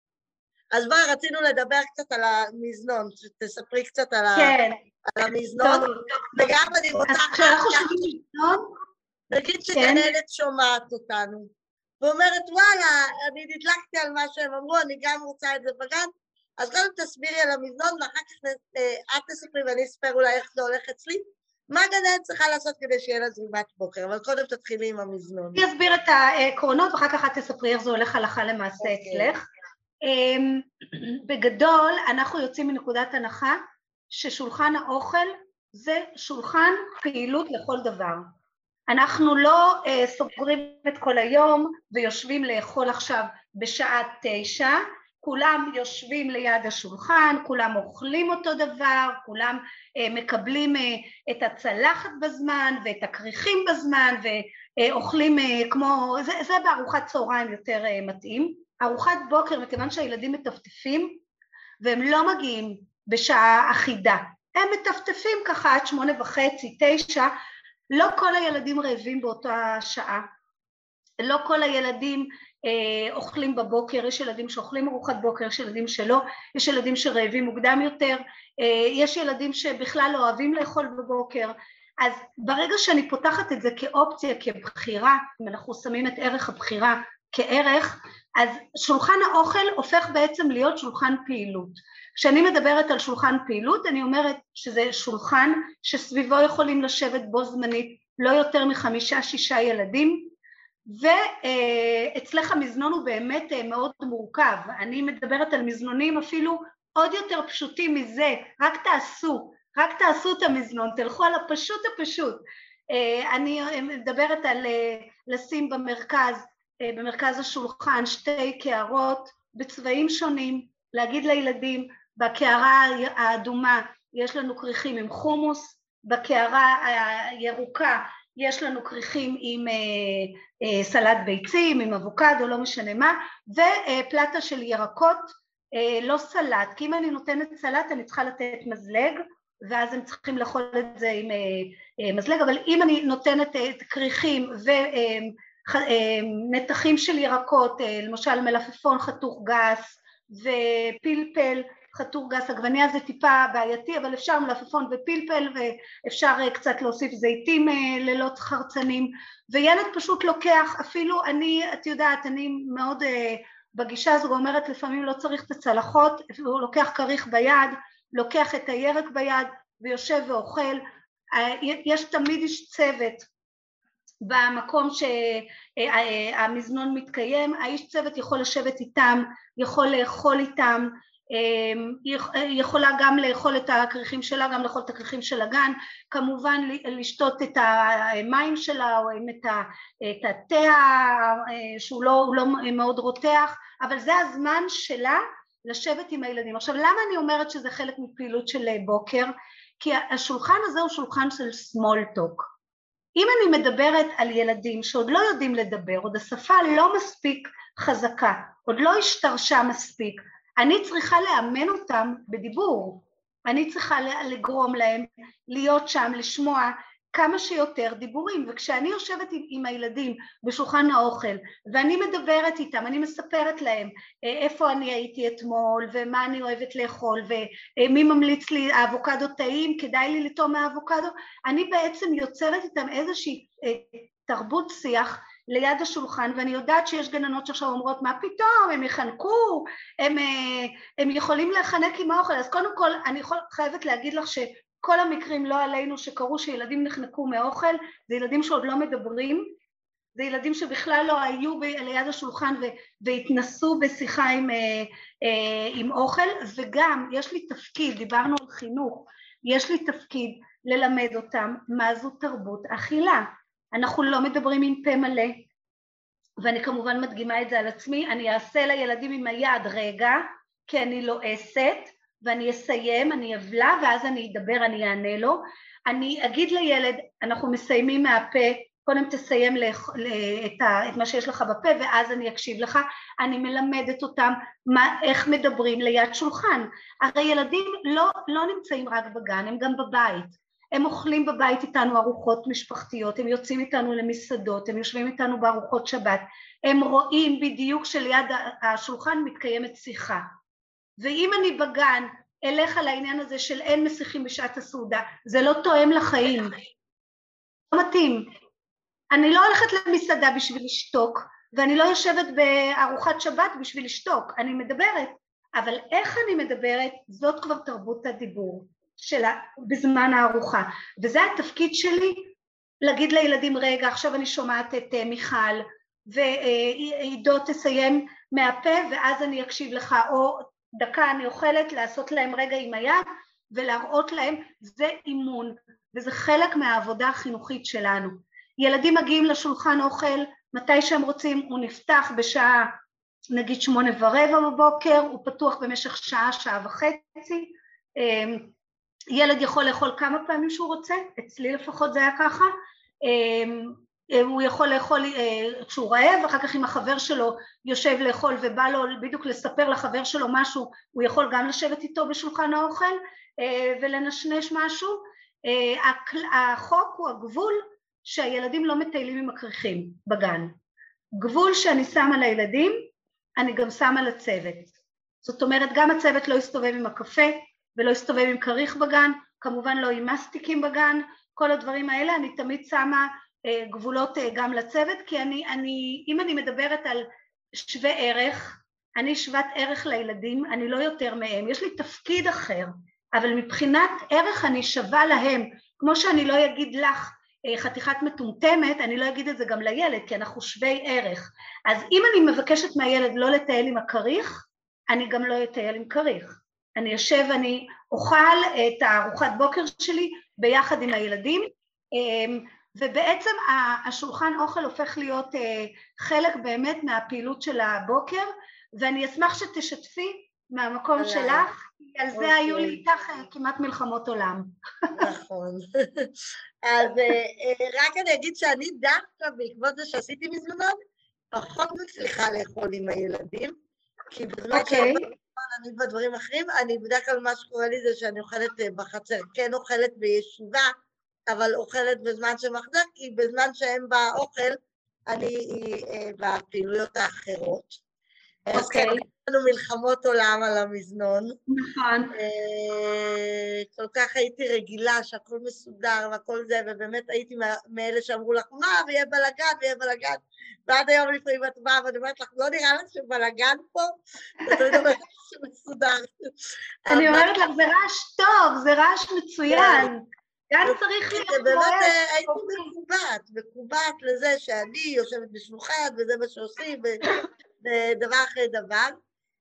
אז מה, רצינו לדבר קצת על המזנון, שתספרי קצת על, כן. ה... על המזנון, טוב, וגם טוב. אני רוצה... אז כשאנחנו שומעים מזנון? נגיד שגננת שומעת אותנו, ואומרת, וואלה, אני נדלקתי על מה שהם אמרו, אני גם רוצה את זה בגן, אז קודם תסבירי על המזנון, ואחר כך את תספרי ואני אספר אולי איך זה הולך אצלי, מה גננת צריכה לעשות כדי שיהיה לה זרימת בוקר, אבל קודם תתחילי עם המזנון. אני אסביר את העקרונות, ואחר כך את תספרי איך זה הולך הלכה למעשה אצלך. בגדול אנחנו יוצאים מנקודת הנחה ששולחן האוכל זה שולחן פעילות לכל דבר. אנחנו לא סוגרים את כל היום ויושבים לאכול עכשיו בשעה תשע, כולם יושבים ליד השולחן, כולם אוכלים אותו דבר, כולם מקבלים את הצלחת בזמן ואת הכריכים בזמן ואוכלים כמו, זה, זה בארוחת צהריים יותר מתאים. ארוחת בוקר, מכיוון שהילדים מטפטפים, והם לא מגיעים בשעה אחידה. הם מטפטפים ככה עד שמונה וחצי, תשע, לא כל הילדים רעבים באותה שעה. לא כל הילדים אה, אוכלים בבוקר, יש ילדים שאוכלים ארוחת בוקר, יש ילדים שלא, יש ילדים שרעבים מוקדם יותר, אה, יש ילדים שבכלל לא אוהבים לאכול בבוקר, אז ברגע שאני פותחת את זה כאופציה, כבחירה, אם אנחנו שמים את ערך הבחירה כערך, אז שולחן האוכל הופך בעצם להיות שולחן פעילות. כשאני מדברת על שולחן פעילות, אני אומרת שזה שולחן שסביבו יכולים לשבת בו זמנית לא יותר מחמישה, שישה ילדים, ואצלך המזנון הוא באמת מאוד מורכב. אני מדברת על מזנונים אפילו עוד יותר פשוטים מזה, רק תעשו, רק תעשו את המזנון, תלכו על הפשוט הפשוט. אני מדברת על לשים במרכז, במרכז השולחן שתי קערות בצבעים שונים, להגיד לילדים, בקערה האדומה יש לנו כריכים עם חומוס, בקערה הירוקה יש לנו כריכים עם אה, אה, סלט ביצים, עם אבוקדו, לא משנה מה, ופלטה של ירקות, אה, לא סלט, כי אם אני נותנת סלט אני צריכה לתת מזלג, ואז הם צריכים לאכול את זה עם אה, אה, מזלג, אבל אם אני נותנת אה, כריכים ונתחים אה, של ירקות, אה, למשל מלפפון חתוך גס, ופלפל חתוך גס, עגבניה זה טיפה בעייתי, אבל אפשר מלפפון ופלפל, ואפשר קצת להוסיף זיתים לילות חרצנים, וילד פשוט לוקח, אפילו אני, את יודעת, אני מאוד בגישה הזו אומרת, לפעמים לא צריך את הצלחות, הוא לוקח כריך ביד, לוקח את הירק ביד, ויושב ואוכל, יש תמיד איש צוות, במקום שהמזנון מתקיים, האיש צוות יכול לשבת איתם, יכול לאכול איתם, יכולה גם לאכול את הכריכים שלה, גם לאכול את הכריכים של הגן, כמובן לשתות את המים שלה, או את התה שהוא לא, לא מאוד רותח, אבל זה הזמן שלה לשבת עם הילדים. עכשיו, למה אני אומרת שזה חלק מפעילות של בוקר? כי השולחן הזה הוא שולחן של small talk. אם אני מדברת על ילדים שעוד לא יודעים לדבר, עוד השפה לא מספיק חזקה, עוד לא השתרשה מספיק, אני צריכה לאמן אותם בדיבור, אני צריכה לגרום להם להיות שם, לשמוע כמה שיותר דיבורים, וכשאני יושבת עם, עם הילדים בשולחן האוכל, ואני מדברת איתם, אני מספרת להם איפה אני הייתי אתמול, ומה אני אוהבת לאכול, ומי ממליץ לי האבוקדו טעים, כדאי לי לטעום מהאבוקדו, אני בעצם יוצרת איתם איזושהי תרבות שיח, ליד השולחן, ואני יודעת שיש גננות שעכשיו אומרות, מה פתאום, הם יחנקו, הם, הם יכולים לחנק עם האוכל, אז קודם כל אני יכול, חייבת להגיד לך שכל המקרים לא עלינו שקראו שילדים נחנקו מאוכל, זה ילדים שעוד לא מדברים, זה ילדים שבכלל לא היו ב, ליד השולחן ו, והתנסו בשיחה עם, עם אוכל, וגם יש לי תפקיד, דיברנו על חינוך, יש לי תפקיד ללמד אותם מה זו תרבות אכילה, אנחנו לא מדברים עם פה מלא, ואני כמובן מדגימה את זה על עצמי, אני אעשה לילדים עם היד רגע, כי אני לועסת, ואני אסיים, אני אבלה, ואז אני אדבר, אני אענה לו, אני אגיד לילד, אנחנו מסיימים מהפה, קודם תסיים לח, את, ה, את מה שיש לך בפה, ואז אני אקשיב לך, אני מלמדת אותם מה, איך מדברים ליד שולחן, הרי ילדים לא, לא נמצאים רק בגן, הם גם בבית, הם אוכלים בבית איתנו ארוחות משפחתיות, הם יוצאים איתנו למסעדות, הם יושבים איתנו בארוחות שבת, הם רואים בדיוק שליד השולחן מתקיימת שיחה. ואם אני בגן אלך על העניין הזה של אין משיחים בשעת הסעודה, זה לא תואם לחיים, לא מתאים. אני לא הולכת למסעדה בשביל לשתוק, ואני לא יושבת בארוחת שבת בשביל לשתוק, אני מדברת, אבל איך אני מדברת, זאת כבר תרבות הדיבור. שלה בזמן הארוחה, וזה התפקיד שלי להגיד לילדים רגע, עכשיו אני שומעת את מיכל ועידו תסיים מהפה ואז אני אקשיב לך, או דקה אני אוכלת, לעשות להם רגע עם היד ולהראות להם, זה אימון וזה חלק מהעבודה החינוכית שלנו. ילדים מגיעים לשולחן אוכל מתי שהם רוצים, הוא נפתח בשעה נגיד שמונה ורבע בבוקר, הוא פתוח במשך שעה, שעה וחצי, ילד יכול לאכול כמה פעמים שהוא רוצה, אצלי לפחות זה היה ככה, הוא יכול לאכול כשהוא רעב, אחר כך עם החבר שלו יושב לאכול ובא לו בדיוק לספר לחבר שלו משהו, הוא יכול גם לשבת איתו בשולחן האוכל ולנשנש משהו. החוק הוא הגבול שהילדים לא מטיילים עם הכריכים בגן. גבול שאני שמה לילדים, אני גם שמה לצוות. זאת אומרת, גם הצוות לא יסתובב עם הקפה, ולא יסתובב עם כריך בגן, כמובן לא עם מסטיקים בגן, כל הדברים האלה, אני תמיד שמה אה, גבולות אה, גם לצוות, כי אני, אני, אם אני מדברת על שווה ערך, אני שוות ערך לילדים, אני לא יותר מהם, יש לי תפקיד אחר, אבל מבחינת ערך אני שווה להם, כמו שאני לא אגיד לך אה, חתיכת מטומטמת, אני לא אגיד את זה גם לילד, כי אנחנו שווי ערך. אז אם אני מבקשת מהילד לא לטייל עם הכריך, אני גם לא אטייל עם כריך. אני יושב, אני אוכל את הארוחת בוקר שלי ביחד עם הילדים, ובעצם השולחן אוכל הופך להיות חלק באמת מהפעילות של הבוקר, ואני אשמח שתשתפי מהמקום שלך, כי על זה היו לי איתך כמעט מלחמות עולם. נכון. אז רק אני אגיד שאני דווקא בעקבות זה שעשיתי מזמנות, פחות מצליחה לאכול עם הילדים, כי בזמן שאני אני בדברים אחרים, אני בדרך כלל מה שקורה לי זה שאני אוכלת בחצר, כן אוכלת בישיבה, אבל אוכלת בזמן שמחזק, כי בזמן שהם באוכל, אני בפעילויות האחרות. אז כן, יש לנו מלחמות עולם על המזנון. נכון. כל כך הייתי רגילה שהכל מסודר והכל זה, ובאמת הייתי מאלה שאמרו לך, מה, ויהיה בלגן, ויהיה בלגן, ועד היום לפעמים את באה, ואני אומרת לך, לא נראה לך שבלגן פה? ואתה אומרת לך שמסודר. אני אומרת לך, זה רעש טוב, זה רעש מצוין. גם צריך להיות באמת הייתי מקובעת, מקובעת לזה שאני יושבת בשולחן, וזה מה שעושים, ודבר אחרי דבר,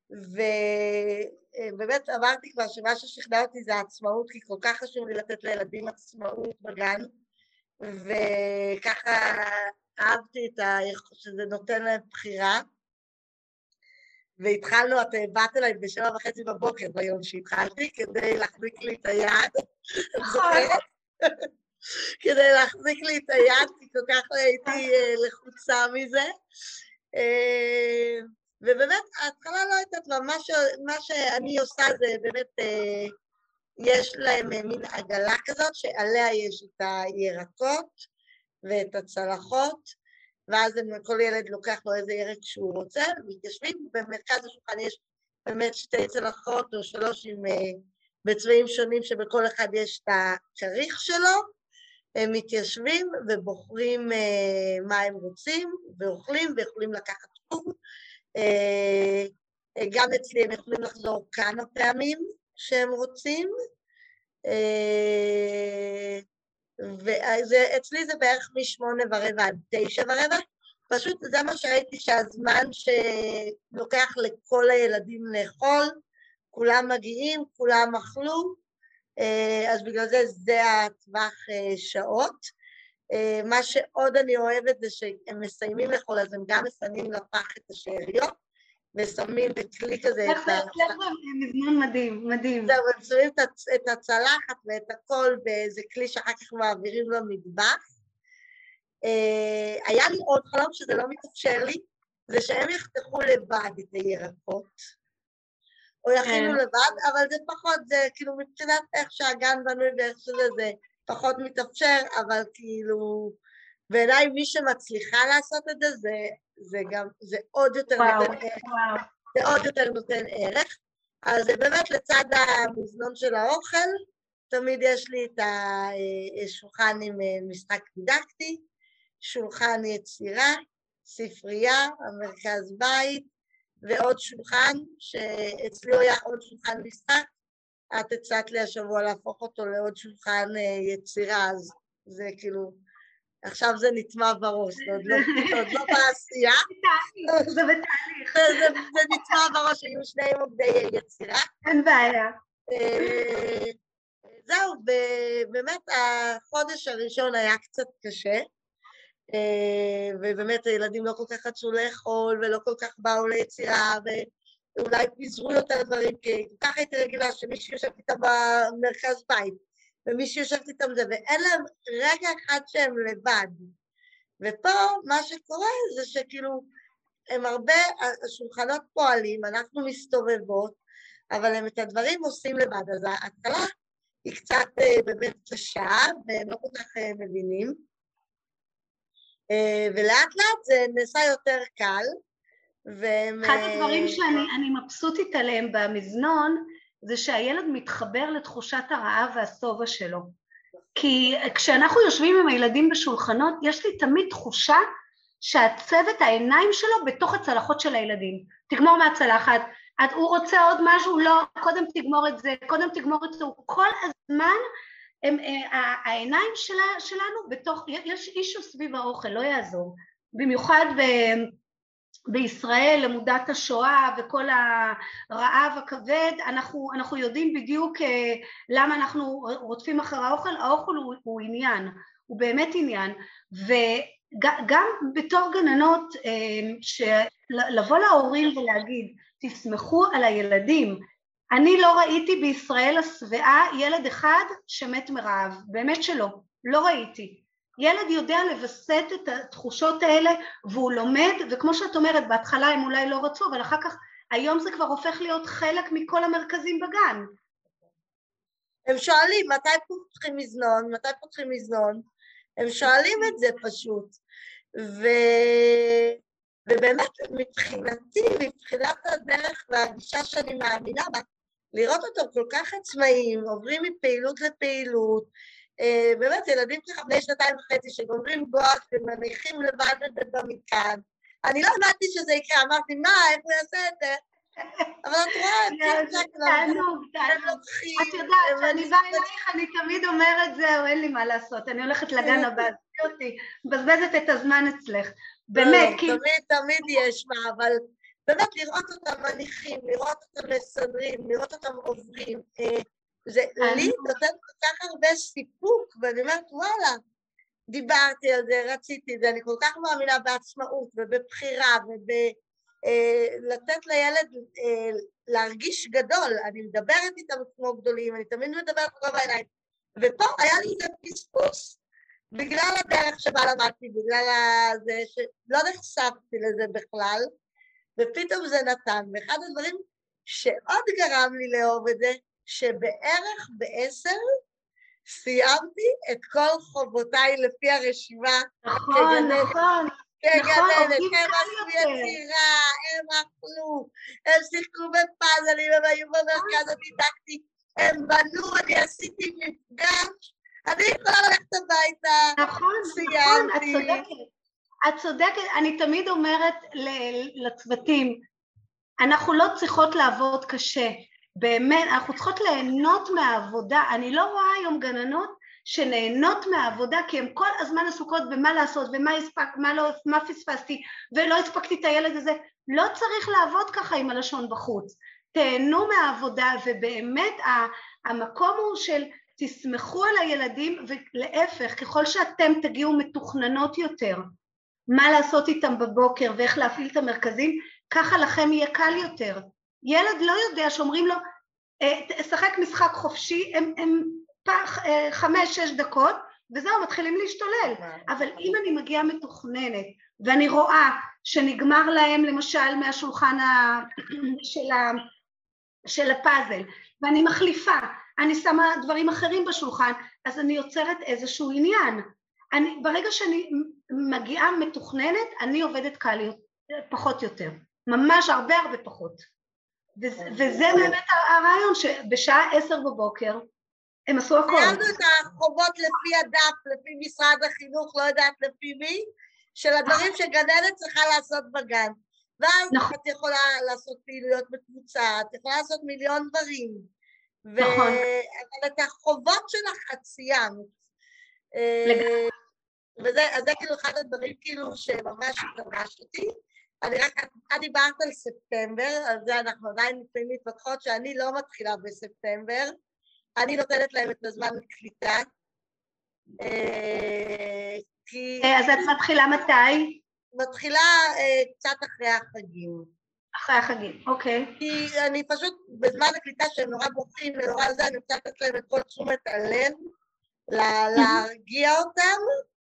ובאמת אמרתי כבר שמה ששכנע אותי זה העצמאות, כי כל כך חשוב לי לתת לילדים עצמאות בגן, וככה אהבתי את ה... שזה נותן להם בחירה, והתחלנו, את באת אליי בשבע וחצי בבוקר ביום שהתחלתי, כדי להחזיק לי את היד, כדי להחזיק לי את היד, כי כל כך הייתי לחוצה מזה, ובאמת, ההתחלה לא הייתה טובה, מה שאני עושה זה באמת, יש להם מין עגלה כזאת, שעליה יש את הירקות ואת הצלחות, ואז כל ילד לוקח לו איזה ירק שהוא רוצה, ומתיישבים, במרכז השולחן יש באמת שתי צלחות או שלוש עם, בצבעים שונים, שבכל אחד יש את הכריך שלו, הם מתיישבים ובוחרים מה הם רוצים, ואוכלים, ויכולים לקחת חוג. גם אצלי הם יכולים לחזור כמה פעמים שהם רוצים, ואצלי זה בערך משמונה ורבע עד תשע ורבע, פשוט זה מה שראיתי שהזמן שלוקח לכל הילדים לאכול, כולם מגיעים, כולם אכלו, אז בגלל זה זה הטווח שעות. מה שעוד אני אוהבת זה שהם מסיימים לאכול, אז הם גם מסיימים לפח את השאריות, ושמים בכלי כזה את ה... זה מזמן מדהים, מדהים. זהו, הם שמים את הצלחת ואת הכל באיזה כלי שאחר כך מעבירים למטבח. היה לי עוד חלום שזה לא מתאפשר לי, זה שהם יחתכו לבד את הירקות, או יכינו לבד, אבל זה פחות, זה כאילו מבחינת איך שהגן בנוי ואיך שזה, זה פחות מתאפשר, אבל כאילו, בעיניי מי שמצליחה לעשות את זה, זה, זה גם, זה עוד יותר וואו, נותן ערך, וואו. זה עוד יותר נותן ערך, אז זה באמת לצד המזנון של האוכל, תמיד יש לי את השולחן עם משחק דידקטי, שולחן יצירה, ספרייה, המרכז בית, ועוד שולחן, שאצלי היה עוד שולחן משחק, את הצעת לי השבוע להפוך אותו לעוד שולחן יצירה, אז זה כאילו, עכשיו זה נטמע בראש, זה עוד לא, עוד לא בעשייה. זה בתהליך. זה, זה נטמע בראש, היו שני מוקדי יצירה. אין בעיה. זהו, באמת החודש הראשון היה קצת קשה, ובאמת הילדים לא כל כך רצו לאכול, ולא כל כך באו ליצירה, ואולי פיזרו יותר דברים, כי ככה הייתי רגילה שמישהו יושב איתם במרכז בית, ומישהו יושב איתם זה, ואין להם רגע אחד שהם לבד. ופה מה שקורה זה שכאילו, הם הרבה, השולחנות פועלים, אנחנו מסתובבות, אבל הם את הדברים עושים לבד, אז ההתחלה היא קצת באמת קשה, והם לא כל כך מבינים, ולאט לאט זה נעשה יותר קל. אחד הדברים שאני מבסוטית עליהם במזנון, זה שהילד מתחבר לתחושת הרעב והשובע שלו. כי כשאנחנו יושבים עם הילדים בשולחנות, יש לי תמיד תחושה שהצוות העיניים שלו בתוך הצלחות של הילדים. תגמור מהצלחת, הוא רוצה עוד משהו, לא, קודם תגמור את זה, קודם תגמור את זה, כל הזמן הם, העיניים שלה, שלנו בתוך, יש אישו סביב האוכל, לא יעזור. במיוחד ב... בישראל, למודת השואה וכל הרעב הכבד, אנחנו, אנחנו יודעים בדיוק למה אנחנו רודפים אחר האוכל, האוכל הוא, הוא עניין, הוא באמת עניין, וגם בתור גננות, לבוא להורים ולהגיד, תסמכו על הילדים, אני לא ראיתי בישראל השבעה ילד אחד שמת מרעב, באמת שלא, לא ראיתי. ילד יודע לבסט את התחושות האלה, והוא לומד, וכמו שאת אומרת, בהתחלה הם אולי לא רצו, אבל אחר כך, היום זה כבר הופך להיות חלק מכל המרכזים בגן. הם שואלים, מתי פותחים מזנון? מתי פותחים מזנון? הם שואלים את זה פשוט. ו... ובאמת, מבחינתי, מבחינת הדרך והגישה שאני מאמינה בה, לראות אותם כל כך עצמאיים, עוברים מפעילות לפעילות, Uh, באמת, ילדים ככה בני שנתיים וחצי שגומרים גוח ומניחים לבד את זה במתקן. אני לא אמרתי שזה יקרה, אמרתי, מה, איך הוא יעשה את זה? אבל את רואה, הם לוקחים. את יודעת, כשאני באה אלייך, אני תמיד אומרת, זהו, אין לי מה לעשות, אני הולכת לגן הבא, עזבי אותי, מבזבזת את הזמן אצלך. באמת, כי... תמיד, תמיד יש מה, אבל באמת לראות אותם מניחים, לראות אותם מסדרים, לראות אותם עוברים, זה לי נותן כל כך הרבה סיפוק, ואני אומרת, וואלה, דיברתי על זה, רציתי את זה, אני כל כך מאמינה בעצמאות ובבחירה ובלתת לילד להרגיש גדול, אני מדברת איתם כמו גדולים, אני תמיד מדברת כמו בעיניים, ופה היה לי איזה פספוס, בגלל הדרך שבה למדתי, בגלל זה שלא נחשפתי לזה בכלל, ופתאום זה נתן, ואחד הדברים שעוד גרם לי לאהוב את זה, שבערך בעשר סיימתי את כל חובותיי לפי הרשימה. נכון, כגננת, נכון. כגננת, הם עשו יצירה, הם אכלו, הם שיחקו בפאזלים, הם היו במרכז הדידקטי, הם בנו, אני עשיתי מפגש, אני יכולה ללכת הביתה, נכון, סיימתי. נכון, את צודקת. את צודקת, אני תמיד אומרת לצוותים, אנחנו לא צריכות לעבוד קשה, באמת, אנחנו צריכות ליהנות מהעבודה, אני לא רואה היום גננות שנהנות מהעבודה, כי הן כל הזמן עסוקות במה לעשות, ומה הספק, מה לא, מה פספסתי, ולא הספקתי את הילד הזה, לא צריך לעבוד ככה עם הלשון בחוץ, תהנו מהעבודה, ובאמת המקום הוא של תסמכו על הילדים, ולהפך, ככל שאתם תגיעו מתוכננות יותר, מה לעשות איתם בבוקר, ואיך להפעיל את המרכזים, ככה לכם יהיה קל יותר. ילד לא יודע שאומרים לו, שחק משחק חופשי, הם, הם פח, חמש, שש דקות, וזהו, מתחילים להשתולל. אבל אם אני מגיעה מתוכננת, ואני רואה שנגמר להם, למשל, מהשולחן של, ה, של הפאזל, ואני מחליפה, אני שמה דברים אחרים בשולחן, אז אני יוצרת איזשהו עניין. אני, ברגע שאני מגיעה מתוכננת, אני עובדת קל פחות יותר. ממש הרבה הרבה פחות. וזה באמת הרעיון שבשעה עשר בבוקר הם עשו הכל. סיימנו את החובות לפי הדף, לפי משרד החינוך, לא יודעת לפי מי, של הדברים שגננת צריכה לעשות בגן. ואז את יכולה לעשות פעילויות בקבוצה, את יכולה לעשות מיליון דברים. נכון. אבל את החובות שלך את סיימת. וזה כאילו אחד הדברים כאילו שממש התרגש אותי. אני רק, את דיברת על ספטמבר, על זה אנחנו עדיין לפעמים מתפתחות שאני לא מתחילה בספטמבר, אני נותנת להם את הזמן לקליטה. אז את מתחילה מתי? מתחילה קצת אחרי החגים. אחרי החגים, אוקיי. כי אני פשוט, בזמן הקליטה שהם נורא בוכים ונורא זה, אני רוצה לתת להם את כל תשומת הלב, להרגיע אותם,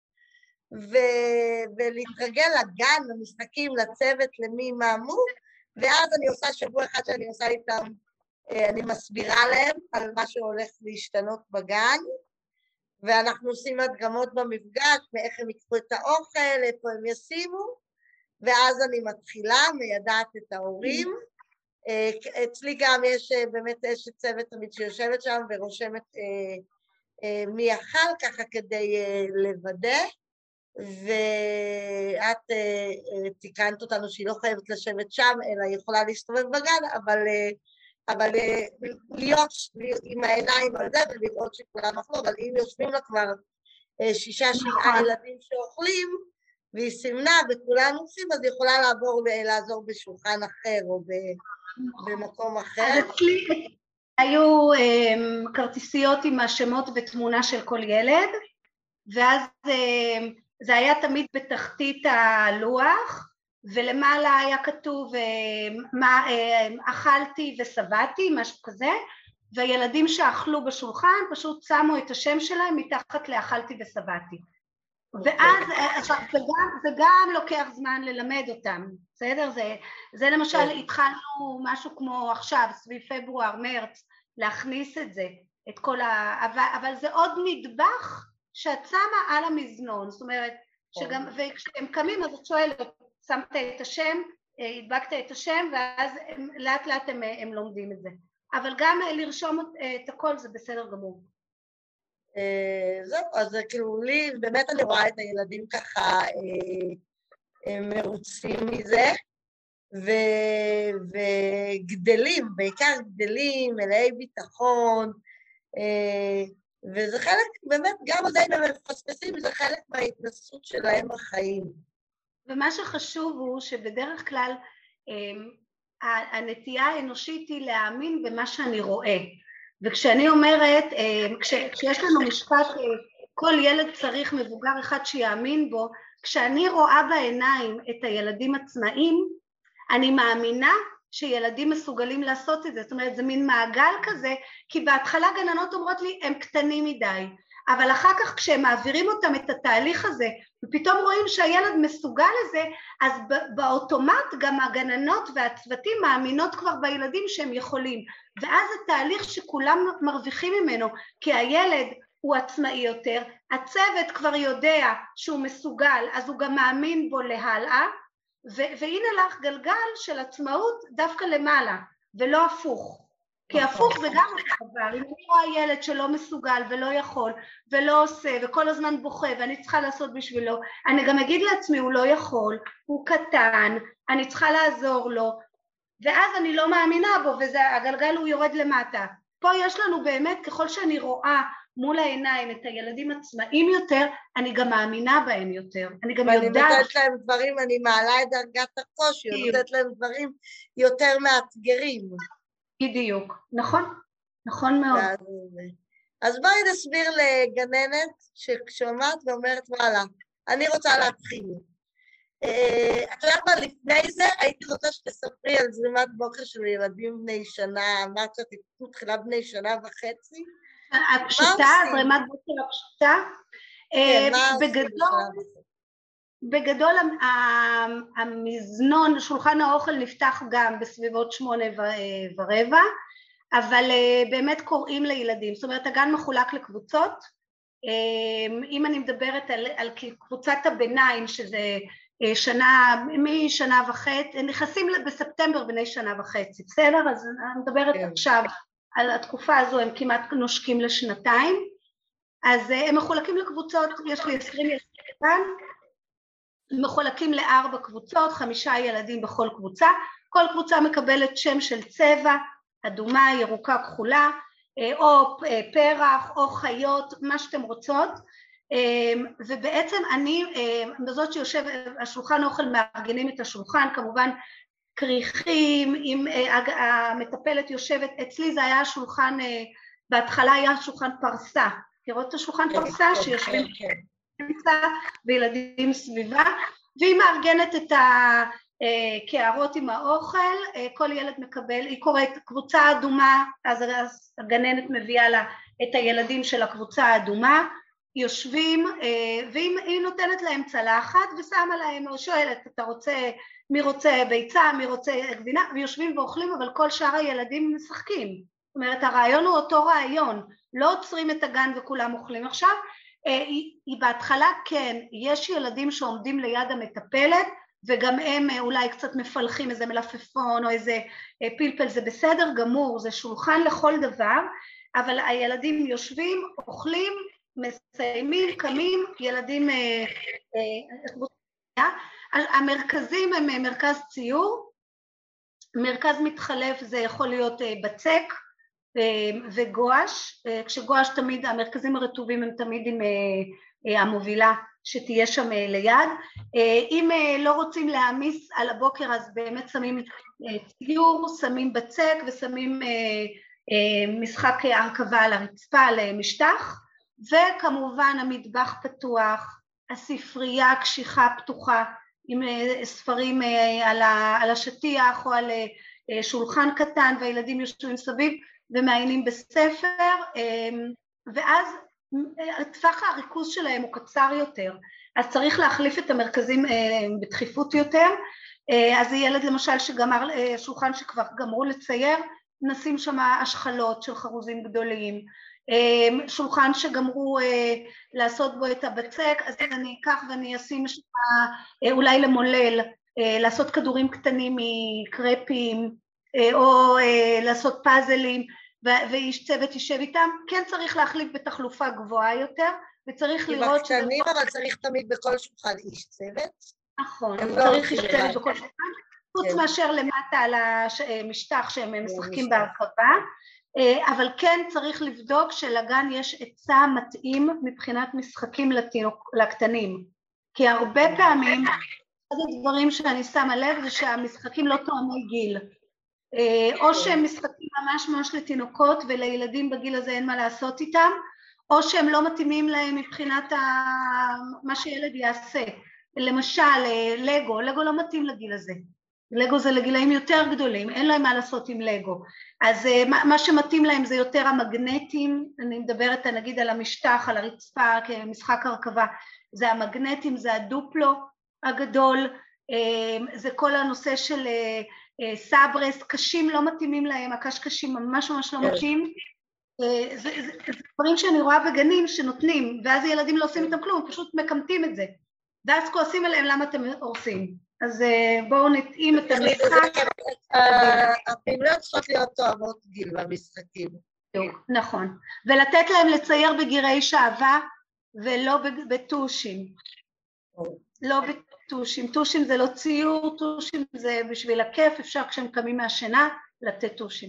ו- ולהתרגל לגן, למשחקים, לצוות, למי מאמו, ואז אני עושה שבוע אחד שאני עושה איתם, אני מסבירה להם על מה שהולך להשתנות בגן, ואנחנו עושים הדגמות במפגש, מאיך הם יקחו את האוכל, איפה הם ישימו, ואז אני מתחילה, מיידעת את ההורים. אצלי גם יש באמת אשת צוות תמיד שיושבת שם ורושמת מי אכל, ככה כדי לוודא, ואת תיקנת אותנו שהיא לא חייבת לשבת שם, אלא היא יכולה להסתובב בגן, אבל, אבל להיות עם העיניים על זה ולראות שכולם אכלו, אבל אם יושבים לה כבר שישה, שבעה ילדים שאוכלים, והיא סימנה וכולם עושים, אז היא יכולה לעבור לעזור בשולחן אחר או במקום אחר. אז אצלי היו um, כרטיסיות עם השמות ותמונה של כל ילד, ואז um, זה היה תמיד בתחתית הלוח, ולמעלה היה כתוב um, מה um, אכלתי ושבעתי, משהו כזה, והילדים שאכלו בשולחן פשוט שמו את השם שלהם מתחת לאכלתי ושבעתי. ואז זה גם, זה גם לוקח זמן ללמד אותם, בסדר? זה, זה למשל התחלנו משהו כמו עכשיו, סביב פברואר, מרץ, להכניס את זה, את כל ה... אבל, אבל זה עוד נדבך שאת שמה על המזנון, זאת אומרת, שגם, וכשהם קמים אז את שואלת, שמת את השם, הדבקת את השם, ואז הם, לאט לאט הם, הם לומדים את זה. אבל גם לרשום את הכל זה בסדר גמור. זהו, אז כאילו לי, באמת אני רואה את הילדים ככה מרוצים מזה, וגדלים, בעיקר גדלים, מלאי ביטחון, וזה חלק, באמת, גם עדיין הם מפספסים, זה חלק מההתנסות שלהם בחיים. ומה שחשוב הוא שבדרך כלל הנטייה האנושית היא להאמין במה שאני רואה. וכשאני אומרת, כשיש לנו משפט, כל ילד צריך מבוגר אחד שיאמין בו, כשאני רואה בעיניים את הילדים עצמאים, אני מאמינה שילדים מסוגלים לעשות את זה, זאת אומרת זה מין מעגל כזה, כי בהתחלה גננות אומרות לי הם קטנים מדי, אבל אחר כך כשהם מעבירים אותם את התהליך הזה, ופתאום רואים שהילד מסוגל לזה, אז באוטומט גם הגננות והצוותים מאמינות כבר בילדים שהם יכולים, ואז התהליך שכולם מרוויחים ממנו, כי הילד הוא עצמאי יותר, הצוות כבר יודע שהוא מסוגל, אז הוא גם מאמין בו להלאה, והנה לך גלגל של עצמאות דווקא למעלה, ולא הפוך. כי הפוך זה גם חבל, אם אני רואה ילד שלא מסוגל ולא יכול ולא עושה וכל הזמן בוכה ואני צריכה לעשות בשבילו, אני גם אגיד לעצמי הוא לא יכול, הוא קטן, אני צריכה לעזור לו, ואז אני לא מאמינה בו והגלגל הוא יורד למטה. פה יש לנו באמת, ככל שאני רואה מול העיניים את הילדים עצמאים יותר, אני גם מאמינה בהם יותר, אני גם יודעת... ואני נותנת להם דברים, אני מעלה את דרגת הקושי, אני נותנת להם דברים יותר מאתגרים. בדיוק, נכון, נכון מאוד. אז בואי נסביר לגננת ששומעת ואומרת וואלה, אני רוצה להתחיל. את יודעת מה, לפני זה הייתי רוצה שתספרי על זרימת בוקר של ילדים בני שנה, אמרת שאת מתחילה בני שנה וחצי? הפשוטה, זרימת בוקר הפשוטה. כן, מה עושים? בגדול המזנון, שולחן האוכל נפתח גם בסביבות שמונה ורבע, אבל באמת קוראים לילדים, זאת אומרת הגן מחולק לקבוצות, אם אני מדברת על, על קבוצת הביניים שזה שנה, משנה וחצי, נכנסים בספטמבר בני שנה וחצי, בסדר? אז אני מדברת כן. עכשיו על התקופה הזו, הם כמעט נושקים לשנתיים, אז הם מחולקים לקבוצות, יש לי עשרים ילדים כאן, מחולקים לארבע קבוצות, חמישה ילדים בכל קבוצה, כל קבוצה מקבלת שם של צבע, אדומה, ירוקה, כחולה, או פרח, או חיות, מה שאתם רוצות, ובעצם אני, בזאת שיושב, השולחן האוכל מארגנים את השולחן, כמובן כריכים, עם המטפלת יושבת, אצלי זה היה שולחן, בהתחלה היה שולחן פרסה, תראו את השולחן פרסה שיושבים וילדים סביבה, והיא מארגנת את הקערות עם האוכל, כל ילד מקבל, היא קוראת קבוצה אדומה, אז הגננת מביאה לה את הילדים של הקבוצה האדומה, יושבים, והיא נותנת להם צלחת ושמה להם, או שואלת, אתה רוצה, מי רוצה ביצה, מי רוצה גבינה, ויושבים ואוכלים, אבל כל שאר הילדים משחקים. זאת אומרת, הרעיון הוא אותו רעיון, לא עוצרים את הגן וכולם אוכלים עכשיו, היא, היא בהתחלה כן, יש ילדים שעומדים ליד המטפלת, וגם הם אולי קצת מפלחים איזה מלפפון או איזה פלפל, זה בסדר גמור, זה שולחן לכל דבר, אבל הילדים יושבים, אוכלים, מסיימים, קמים, ילדים, המרכזים הם מרכז ציור, מרכז מתחלף זה יכול להיות בצק וגואש, כשגואש תמיד, המרכזים הרטובים הם תמיד עם המובילה שתהיה שם ליד, אם לא רוצים להעמיס על הבוקר אז באמת שמים ציור, שמים בצק ושמים משחק הרכבה על הרצפה למשטח, וכמובן המטבח פתוח, הספרייה הקשיחה פתוחה עם ספרים על השטיח או על שולחן קטן והילדים יושבים סביב ומעיינים בספר, ואז טווח הריכוז שלהם הוא קצר יותר, אז צריך להחליף את המרכזים בדחיפות יותר, אז ילד למשל שגמר, שולחן שכבר גמרו לצייר, נשים שם השחלות של חרוזים גדולים, שולחן שגמרו לעשות בו את הבצק, אז אני אקח ואני אשים שם אולי למולל, לעשות כדורים קטנים מקרפים, או לעשות פאזלים, ואיש צוות יישב איתם, כן צריך להחליף בתחלופה גבוהה יותר, וצריך לראות... בקטנים, אבל צריך תמיד בכל שולחן איש צוות. נכון, צריך איש צוות בכל שולחן, חוץ מאשר למטה על המשטח שהם משחקים בהרכבה, אבל כן צריך לבדוק שלגן יש עצה מתאים מבחינת משחקים לקטנים, כי הרבה פעמים, אחד הדברים שאני שמה לב זה שהמשחקים לא תואמי גיל, או שהם משחקים ממש ממש לתינוקות ולילדים בגיל הזה אין מה לעשות איתם, או שהם לא מתאימים להם מבחינת מה שילד יעשה. למשל, לגו, לגו לא מתאים לגיל הזה. לגו זה לגילאים יותר גדולים, אין להם מה לעשות עם לגו. אז מה שמתאים להם זה יותר המגנטים, אני מדברת נגיד על המשטח, על הרצפה כמשחק הרכבה, זה המגנטים, זה הדופלו הגדול, זה כל הנושא של סברס, קשים לא מתאימים להם, הקשקשים ממש ממש לא מתאים, זה דברים שאני רואה בגנים שנותנים, ואז ילדים לא עושים איתם כלום, פשוט מקמטים את זה, ואז כועסים עליהם למה אתם הורסים. אז בואו נתאים את המשחק. הפעילויות צריכות להיות תואמות גיל במשחקים. נכון, ולתת להם לצייר בגירי שעווה ולא בטושים. לא בטושים, טושים זה לא ציור, טושים זה בשביל הכיף, אפשר כשהם קמים מהשינה לתת טושים.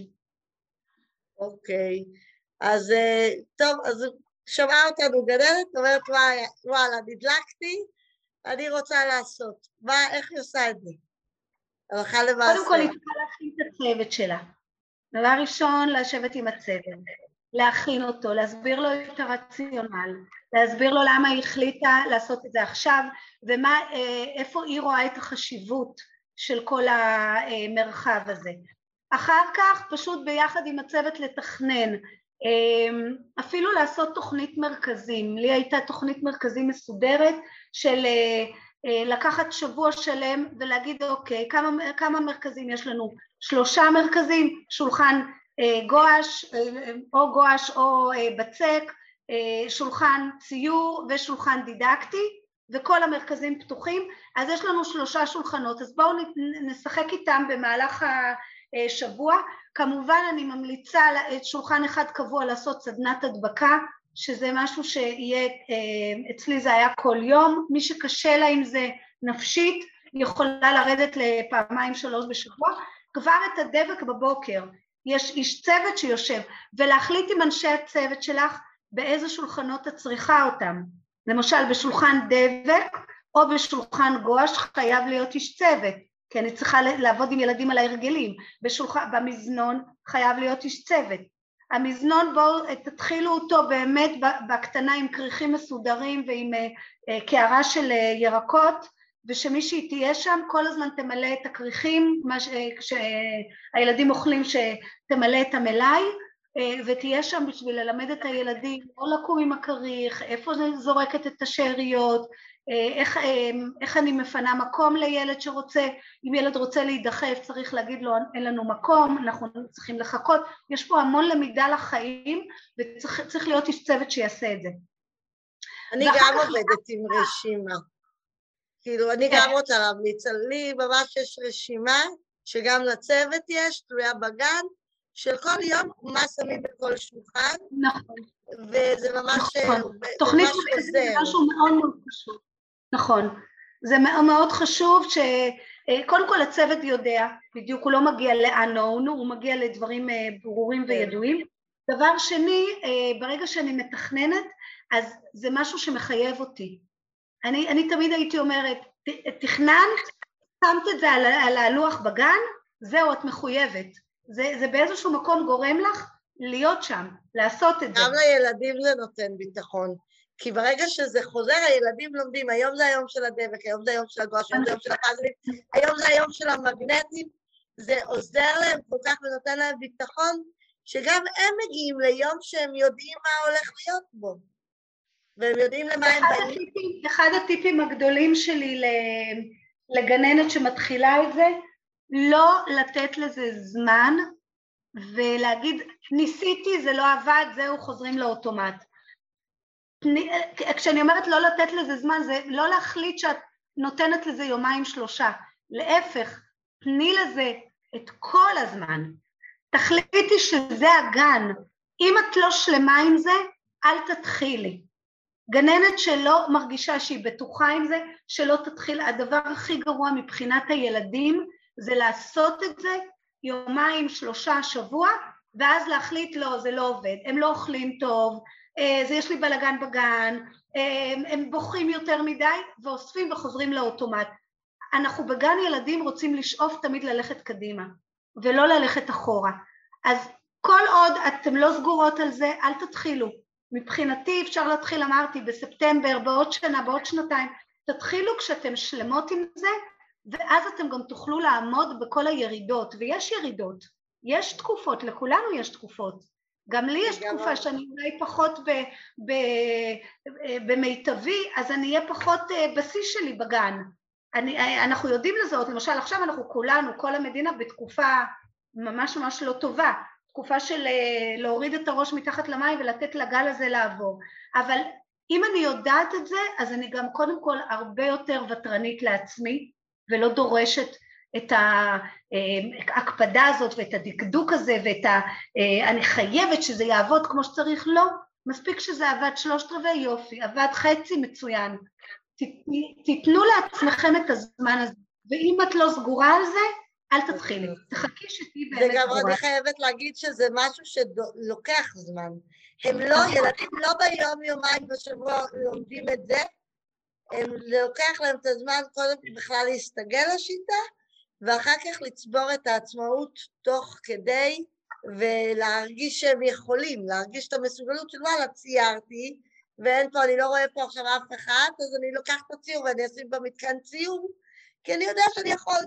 אוקיי, אז טוב, אז שמעה אותנו גננת, אומרת וואלה, נדלקתי, אני רוצה לעשות. מה, איך היא עושה את זה? הלכה למעשה. קודם כל היא צריכה להכין את הצוות שלה. דבר ראשון, לשבת עם הצוות, להכין אותו, להסביר לו את הרציונל, להסביר לו למה היא החליטה לעשות את זה עכשיו, ומה, איפה היא רואה את החשיבות של כל המרחב הזה. אחר כך פשוט ביחד עם הצוות לתכנן, אפילו לעשות תוכנית מרכזים. לי הייתה תוכנית מרכזים מסודרת של לקחת שבוע שלם ולהגיד אוקיי, כמה, כמה מרכזים יש לנו? שלושה מרכזים, שולחן גואש, או גואש או בצק, שולחן ציור ושולחן דידקטי, וכל המרכזים פתוחים, אז יש לנו שלושה שולחנות, אז בואו נשחק איתם במהלך השבוע. כמובן אני ממליצה את שולחן אחד קבוע לעשות סדנת הדבקה, שזה משהו שיהיה, אצלי זה היה כל יום, מי שקשה לה עם זה נפשית, יכולה לרדת לפעמיים שלוש בשבוע, כבר את הדבק בבוקר, יש איש צוות שיושב, ולהחליט עם אנשי הצוות שלך באיזה שולחנות את צריכה אותם, למשל בשולחן דבק או בשולחן גואש חייב להיות איש צוות, כי אני צריכה לעבוד עם ילדים על ההרגלים, בשולחן, במזנון חייב להיות איש צוות, המזנון בואו תתחילו אותו באמת בקטנה עם כריכים מסודרים ועם קערה של ירקות, ושמישהי תהיה שם כל הזמן תמלא את הכריכים, כשהילדים אוכלים שתמלא את המלאי, ותהיה שם בשביל ללמד את הילדים לא לקום עם הכריך, איפה זורקת את השאריות, איך, איך אני מפנה מקום לילד שרוצה, אם ילד רוצה להידחף צריך להגיד לו אין לנו מקום, אנחנו צריכים לחכות, יש פה המון למידה לחיים וצריך להיות איש צוות שיעשה את זה. אני גם עובדת עם רשימה, כאילו אני גם רוצה להמליץ, לי ממש יש רשימה שגם לצוות יש, תלויה בגן, של כל יום מה שמים בכל שולחן, נכון. וזה ממש, נכון. זה תוכנית ממש חוזר. זה משהו מאוד מאוד חשוב. נכון. זה מאוד מאוד חשוב שקודם כל הצוות יודע, בדיוק הוא לא מגיע ל-unknown, הוא מגיע לדברים ברורים וידועים. דבר שני, ברגע שאני מתכננת, אז זה משהו שמחייב אותי. אני, אני תמיד הייתי אומרת, תכננת, שמת את זה על, על הלוח בגן, זהו, את מחויבת. זה, זה באיזשהו מקום גורם לך להיות שם, לעשות את זה. גם לילדים זה נותן ביטחון, כי ברגע שזה חוזר, הילדים לומדים, היום זה היום של הדבק, היום זה היום של הגוש, היום זה היום של הפאזלים, היום זה היום של המגנטים, זה עוזר להם כל כך ונותן להם ביטחון, שגם הם מגיעים ליום שהם יודעים מה הולך להיות בו, והם יודעים למה הם באים. הטיפים, אחד הטיפים הגדולים שלי לגננת שמתחילה את זה, לא לתת לזה זמן, ולהגיד, ניסיתי, זה לא עבד, זהו, חוזרים לאוטומט. כשאני אומרת לא לתת לזה זמן, זה לא להחליט שאת נותנת לזה יומיים שלושה, להפך, תני לזה את כל הזמן, תחליטי שזה הגן, אם את לא שלמה עם זה, אל תתחילי. גננת שלא מרגישה שהיא בטוחה עם זה, שלא תתחיל, הדבר הכי גרוע מבחינת הילדים, זה לעשות את זה יומיים, שלושה, שבוע, ואז להחליט לא, זה לא עובד, הם לא אוכלים טוב, זה יש לי בלגן בגן, הם בוחרים יותר מדי, ואוספים וחוזרים לאוטומט. אנחנו בגן ילדים רוצים לשאוף תמיד ללכת קדימה, ולא ללכת אחורה. אז כל עוד אתם לא סגורות על זה, אל תתחילו. מבחינתי אפשר להתחיל, אמרתי, בספטמבר, בעוד שנה, בעוד שנתיים, תתחילו כשאתם שלמות עם זה, ואז אתם גם תוכלו לעמוד בכל הירידות, ויש ירידות, יש תקופות, לכולנו יש תקופות, גם לי יש תקופה שאני אולי פחות ב, ב, במיטבי, אז אני אהיה פחות בסיס שלי בגן, אני, אנחנו יודעים לזהות, למשל עכשיו אנחנו כולנו, כל המדינה בתקופה ממש ממש לא טובה, תקופה של להוריד את הראש מתחת למים ולתת לגל הזה לעבור, אבל אם אני יודעת את זה, אז אני גם קודם כל הרבה יותר וטרנית לעצמי, ולא דורשת את ההקפדה הזאת ואת הדקדוק הזה ואת ה... אני חייבת שזה יעבוד כמו שצריך, לא, מספיק שזה עבד שלושת רבעי יופי, עבד חצי מצוין, תיתנו לעצמכם את הזמן הזה, ואם את לא סגורה על זה, אל תתחילי, תחכי שתהי באמת סגורה. וגם אני חייבת להגיד שזה משהו שלוקח זמן, הם לא, ילדים לא ביום יומיים בשבוע לומדים את זה, הם לוקח להם את הזמן קודם בכלל להסתגל לשיטה, ואחר כך לצבור את העצמאות תוך כדי, ולהרגיש שהם יכולים, להרגיש את המסוגלות של וואלה, ציירתי, ואין פה, אני לא רואה פה עכשיו אף אחד, אז אני לוקח את הציור ואני אשים במתקן ציור, כי אני יודע שאני יכול.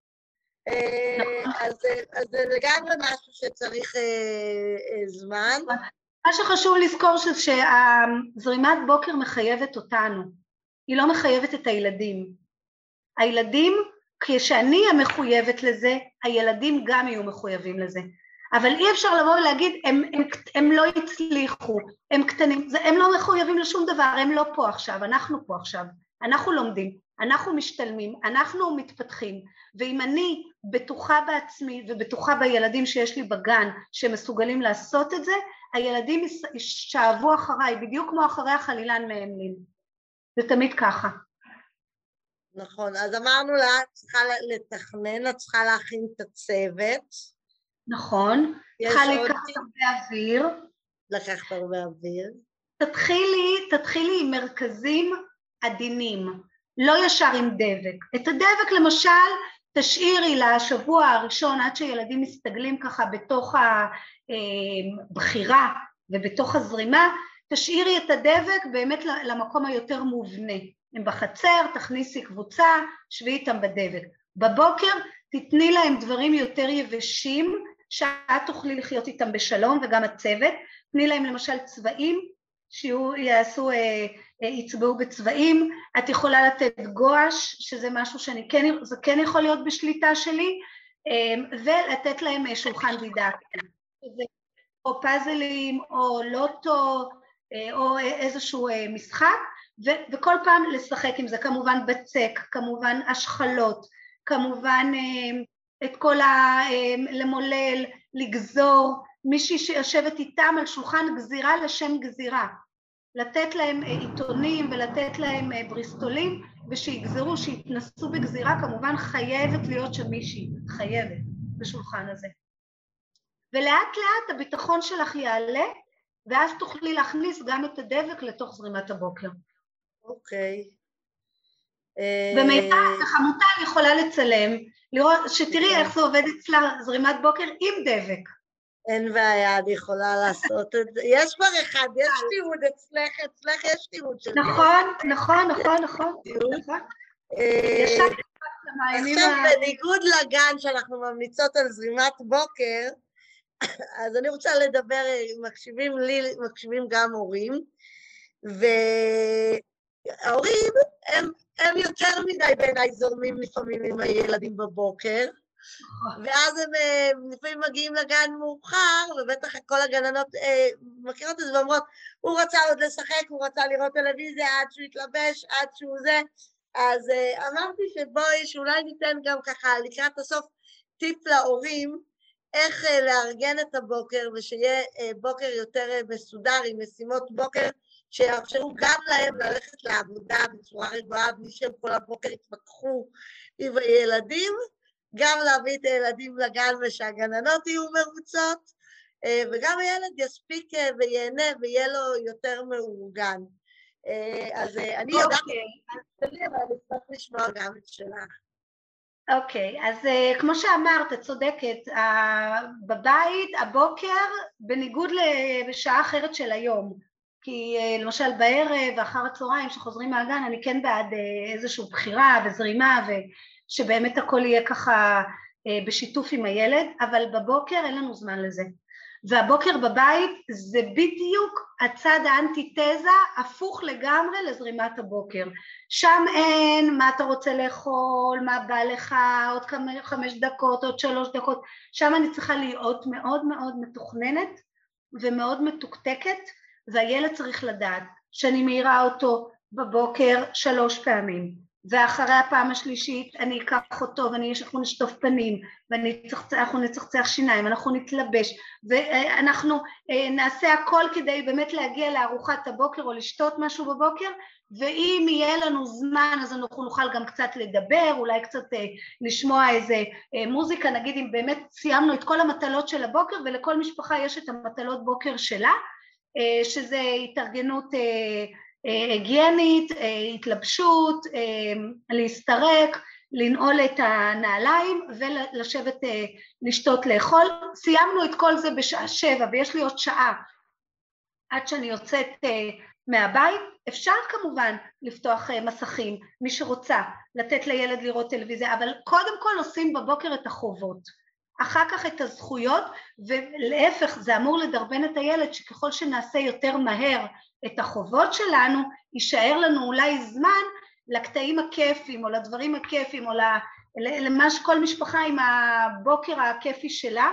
אז, אז זה לגמרי משהו שצריך זמן. מה שחשוב לזכור שהזרימת בוקר מחייבת אותנו, היא לא מחייבת את הילדים. הילדים, כשאני המחויבת לזה, הילדים גם יהיו מחויבים לזה. אבל אי אפשר לבוא ולהגיד, הם, הם, הם לא הצליחו, הם קטנים, זה, הם לא מחויבים לשום דבר, הם לא פה עכשיו, אנחנו פה עכשיו, אנחנו לומדים, אנחנו משתלמים, אנחנו מתפתחים, ואם אני בטוחה בעצמי ובטוחה בילדים שיש לי בגן שמסוגלים לעשות את זה, הילדים ישאבו אחריי, בדיוק כמו אחרי החלילן מהמלין. זה תמיד ככה. נכון, אז אמרנו לה, צריכה לתכנן, את צריכה להכין את הצוות. נכון, צריכה לקחת הרבה אוויר. לקחת הרבה אוויר. תתחילי, תתחילי עם מרכזים עדינים, לא ישר עם דבק. את הדבק למשל, תשאירי לשבוע הראשון, עד שילדים מסתגלים ככה בתוך הבחירה ובתוך הזרימה, תשאירי את הדבק באמת למקום היותר מובנה. הם בחצר, תכניסי קבוצה, שבי איתם בדבק. בבוקר תתני להם דברים יותר יבשים, שאת תוכלי לחיות איתם בשלום, וגם הצוות. תני להם למשל צבעים, שיעשו, יצבעו בצבעים, את יכולה לתת גואש, שזה משהו שאני כן, זה כן יכול להיות בשליטה שלי, ולתת להם שולחן דידקטי, או פאזלים, או לוטו, או איזשהו משחק, וכל פעם לשחק עם זה, כמובן בצק, כמובן השחלות, כמובן את כל ה... למולל, לגזור, מישהי שיושבת איתם על שולחן גזירה לשם גזירה, לתת להם עיתונים ולתת להם בריסטולים, ושיגזרו, שיתנסו בגזירה, כמובן חייבת להיות שם מישהי, חייבת בשולחן הזה. ולאט לאט הביטחון שלך יעלה, ואז תוכלי להכניס גם את הדבק לתוך זרימת הבוקר. אוקיי. במידע, החמותה אני יכולה לצלם, לראות, שתראי איך זה עובד אצלה זרימת בוקר עם דבק. אין בעיה, אני יכולה לעשות את זה. יש כבר אחד, יש תיעוד אצלך, אצלך יש תיעוד של זה. נכון, נכון, נכון, נכון. עכשיו, בניגוד לגן שאנחנו ממליצות על זרימת בוקר, אז אני רוצה לדבר, מקשיבים לי, מקשיבים גם הורים, וההורים הם, הם יותר מדי בעיניי זורמים לפעמים עם הילדים בבוקר, ואז הם לפעמים מגיעים לגן מאוחר, ובטח כל הגננות אה, מכירות את זה ואומרות, הוא רצה עוד לשחק, הוא רצה לראות טלוויזיה עד שהוא יתלבש, עד שהוא זה, אז אה, אמרתי שבואי, שאולי ניתן גם ככה לקראת הסוף טיפ להורים, איך אה, לארגן את הבוקר, ושיהיה אה, בוקר יותר אה, מסודר עם משימות בוקר, שיאפשרו גם להם ללכת לעבודה בצורה רגועה, בלי שהם כל הבוקר יתווכחו עם הילדים, גם להביא את הילדים לגן ושהגננות יהיו מרוצות, וגם הילד יספיק ויהנה ויהיה לו יותר מאורגן. אז אני יודעת, אבל אני אשמח לשמוע גם את שלך. אוקיי, אז כמו שאמרת, את צודקת, בבית, הבוקר, בניגוד לשעה אחרת של היום, כי למשל בערב ואחר הצהריים שחוזרים מהגן, אני כן בעד איזושהי בחירה וזרימה ו... שבאמת הכל יהיה ככה אה, בשיתוף עם הילד, אבל בבוקר אין לנו זמן לזה. והבוקר בבית זה בדיוק הצד האנטיתזה, הפוך לגמרי לזרימת הבוקר. שם אין מה אתה רוצה לאכול, מה בא לך, עוד כמה, חמש דקות, עוד שלוש דקות, שם אני צריכה להיות מאוד מאוד מתוכננת ומאוד מתוקתקת, והילד צריך לדעת שאני מאירה אותו בבוקר שלוש פעמים. ואחרי הפעם השלישית אני אקח אותו ואנחנו נשטוף פנים ואנחנו נצחצח שיניים, אנחנו נתלבש ואנחנו נעשה הכל כדי באמת להגיע לארוחת הבוקר או לשתות משהו בבוקר, ואם יהיה לנו זמן אז אנחנו נוכל גם קצת לדבר, אולי קצת לשמוע איזה מוזיקה, נגיד אם באמת סיימנו את כל המטלות של הבוקר, ולכל משפחה יש את המטלות בוקר שלה, שזה התארגנות היגיינית, התלבשות, להסתרק, לנעול את הנעליים ולשבת לשתות לאכול. סיימנו את כל זה בשעה שבע ויש לי עוד שעה עד שאני יוצאת מהבית. אפשר כמובן לפתוח מסכים, מי שרוצה לתת לילד לראות טלוויזיה, אבל קודם כל עושים בבוקר את החובות, אחר כך את הזכויות, ולהפך זה אמור לדרבן את הילד שככל שנעשה יותר מהר את החובות שלנו, יישאר לנו אולי זמן לקטעים הכיפים או לדברים הכיפים או למה שכל משפחה עם הבוקר הכיפי שלה.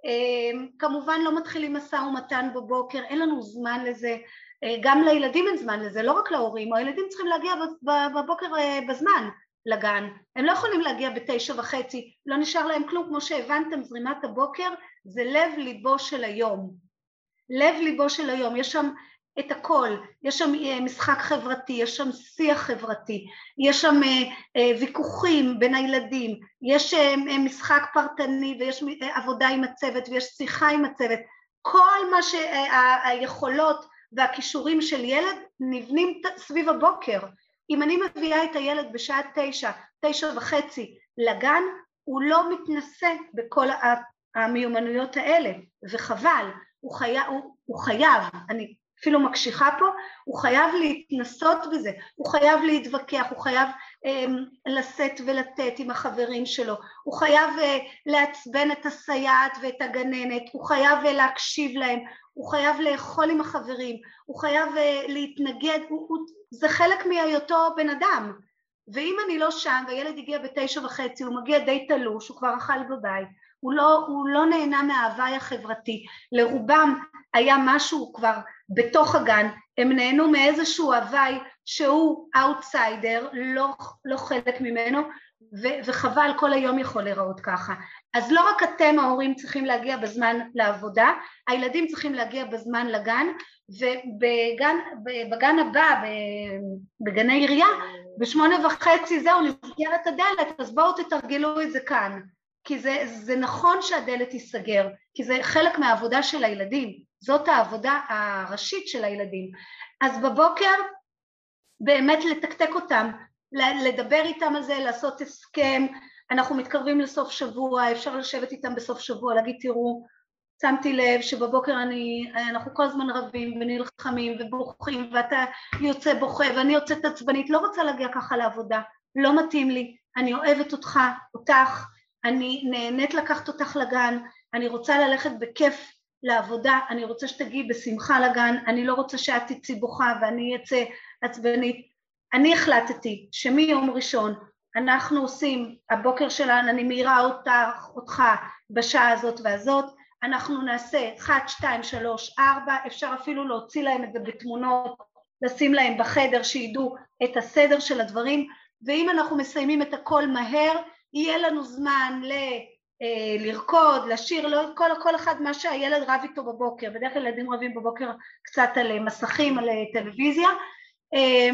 כמובן לא מתחילים מסע ומתן בבוקר, אין לנו זמן לזה, גם לילדים אין זמן לזה, לא רק להורים, הילדים צריכים להגיע בבוקר בזמן לגן, הם לא יכולים להגיע בתשע וחצי, לא נשאר להם כלום. כמו שהבנתם, זרימת הבוקר זה לב ליבו של היום, לב ליבו של היום, יש שם את הכל, יש שם משחק חברתי, יש שם שיח חברתי, יש שם ויכוחים בין הילדים, יש משחק פרטני ויש עבודה עם הצוות ויש שיחה עם הצוות, כל מה שהיכולות והכישורים של ילד נבנים סביב הבוקר. אם אני מביאה את הילד בשעה תשע, תשע וחצי לגן, הוא לא מתנסה בכל המיומנויות האלה, וחבל, הוא חייב, הוא, הוא חייב, אני אפילו מקשיחה פה, הוא חייב להתנסות בזה, הוא חייב להתווכח, הוא חייב אה, לשאת ולתת עם החברים שלו, הוא חייב אה, לעצבן את הסייעת ואת הגננת, הוא חייב אה, להקשיב להם, הוא חייב לאכול עם החברים, הוא חייב להתנגד, הוא, הוא, זה חלק מהיותו בן אדם. ואם אני לא שם, והילד הגיע בתשע וחצי, הוא מגיע די תלוש, הוא כבר אכל בבית, הוא לא, הוא לא נהנה מההוואי החברתי, לרובם היה משהו כבר בתוך הגן, הם נהנו מאיזשהו הוואי שהוא אאוטסיידר, לא, לא חלק ממנו, ו- וחבל, כל היום יכול להיראות ככה. אז לא רק אתם ההורים צריכים להגיע בזמן לעבודה, הילדים צריכים להגיע בזמן לגן, ובגן בגן הבא, בגני עירייה, בשמונה וחצי זהו, נסגר את הדלת, אז בואו תתרגלו את זה כאן, כי זה, זה נכון שהדלת תיסגר, כי זה חלק מהעבודה של הילדים, זאת העבודה הראשית של הילדים. אז בבוקר באמת לתקתק אותם, לדבר איתם על זה, לעשות הסכם, אנחנו מתקרבים לסוף שבוע, אפשר לשבת איתם בסוף שבוע, להגיד תראו, שמתי לב שבבוקר אני, אנחנו כל הזמן רבים ונלחמים ובוכים, ואתה יוצא בוכה ואני יוצאת עצבנית, לא רוצה להגיע ככה לעבודה, לא מתאים לי, אני אוהבת אותך, אותך, אני נהנית לקחת אותך לגן, אני רוצה ללכת בכיף לעבודה, אני רוצה שתגיעי בשמחה לגן, אני לא רוצה שאת תצאי בוכה ואני אצא עצבנית. אני החלטתי שמיום ראשון אנחנו עושים, הבוקר שלנו, אני מאירה אותך, אותך בשעה הזאת והזאת, אנחנו נעשה אחת, שתיים, שלוש, ארבע, אפשר אפילו להוציא להם את זה בתמונות, לשים להם בחדר שידעו את הסדר של הדברים, ואם אנחנו מסיימים את הכל מהר, יהיה לנו זמן ל, אה, לרקוד, לשיר, לא, כל, כל אחד מה שהילד רב איתו בבוקר, בדרך כלל ילדים רבים בבוקר קצת על מסכים, על טלוויזיה, אה,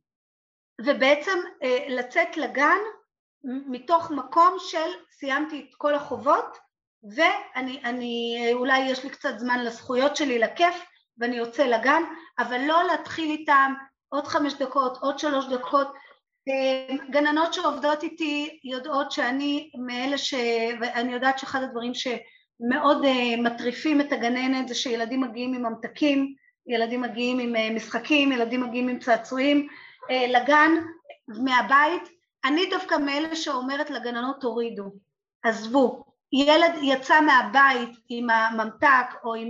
ובעצם אה, לצאת לגן מתוך מקום של סיימתי את כל החובות, ואני אני, אולי יש לי קצת זמן לזכויות שלי, לכיף, ואני יוצא לגן, אבל לא להתחיל איתם עוד חמש דקות, עוד שלוש דקות. גננות שעובדות איתי יודעות שאני מאלה ש... ואני יודעת שאחד הדברים שמאוד מטריפים את הגננת זה שילדים מגיעים עם ממתקים, ילדים מגיעים עם משחקים, ילדים מגיעים עם צעצועים לגן מהבית. אני דווקא מאלה שאומרת לגננות תורידו, עזבו, ילד יצא מהבית עם הממתק או עם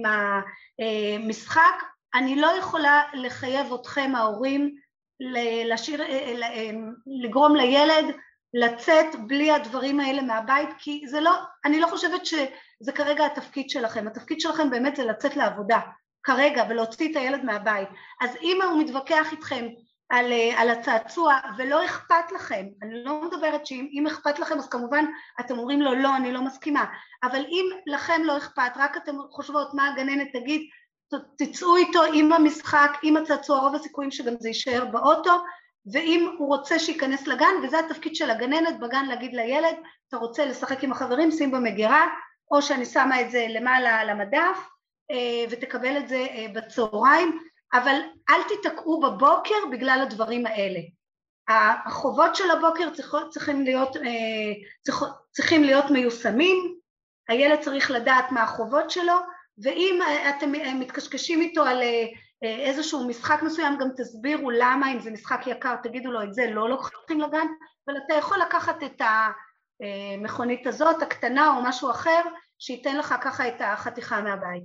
המשחק, אני לא יכולה לחייב אתכם ההורים לשיר, לגרום לילד לצאת בלי הדברים האלה מהבית, כי זה לא, אני לא חושבת שזה כרגע התפקיד שלכם, התפקיד שלכם באמת זה לצאת לעבודה, כרגע, ולהוציא את הילד מהבית. אז אם הוא מתווכח איתכם על, על הצעצוע ולא אכפת לכם, אני לא מדברת שאם אכפת לכם אז כמובן אתם אומרים לו לא, אני לא מסכימה, אבל אם לכם לא אכפת, רק אתם חושבות מה הגננת תגיד, תצאו איתו עם המשחק, עם הצעצוע, רוב הסיכויים שגם זה יישאר באוטו, ואם הוא רוצה שייכנס לגן, וזה התפקיד של הגננת בגן להגיד לילד, אתה רוצה לשחק עם החברים, שים במגירה, או שאני שמה את זה למעלה על המדף, ותקבל את זה בצהריים, אבל אל תתקעו בבוקר בגלל הדברים האלה. החובות של הבוקר צריכים להיות, צריכים להיות מיושמים, הילד צריך לדעת מה החובות שלו, ואם אתם מתקשקשים איתו על איזשהו משחק מסוים, גם תסבירו למה, אם זה משחק יקר, תגידו לו את זה, לא לוקחים לגן, אבל אתה יכול לקחת את המכונית הזאת, הקטנה או משהו אחר, שייתן לך ככה את החתיכה מהבית.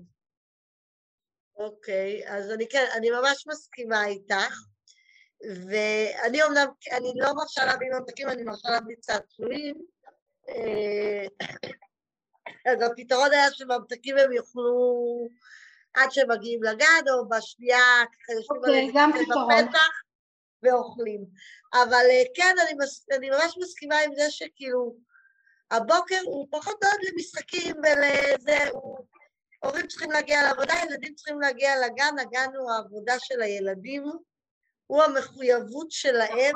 אוקיי, אז אני כן, אני ממש מסכימה איתך, ואני אומנם, אני לא מרשה להביא ממתקים, אני מרשה להביא צעצועים, אז הפתרון היה שממתקים הם יוכלו עד שהם מגיעים לגן, או בשנייה, ככה יושבים על איזה כזה בפתח, ואוכלים. אבל כן, אני, מס, אני ממש מסכימה עם זה שכאילו, הבוקר הוא פחות מאוד למשחקים ולזה, הוא... הורים צריכים להגיע לעבודה, ילדים צריכים להגיע לגן, הגן הוא העבודה של הילדים, הוא המחויבות שלהם,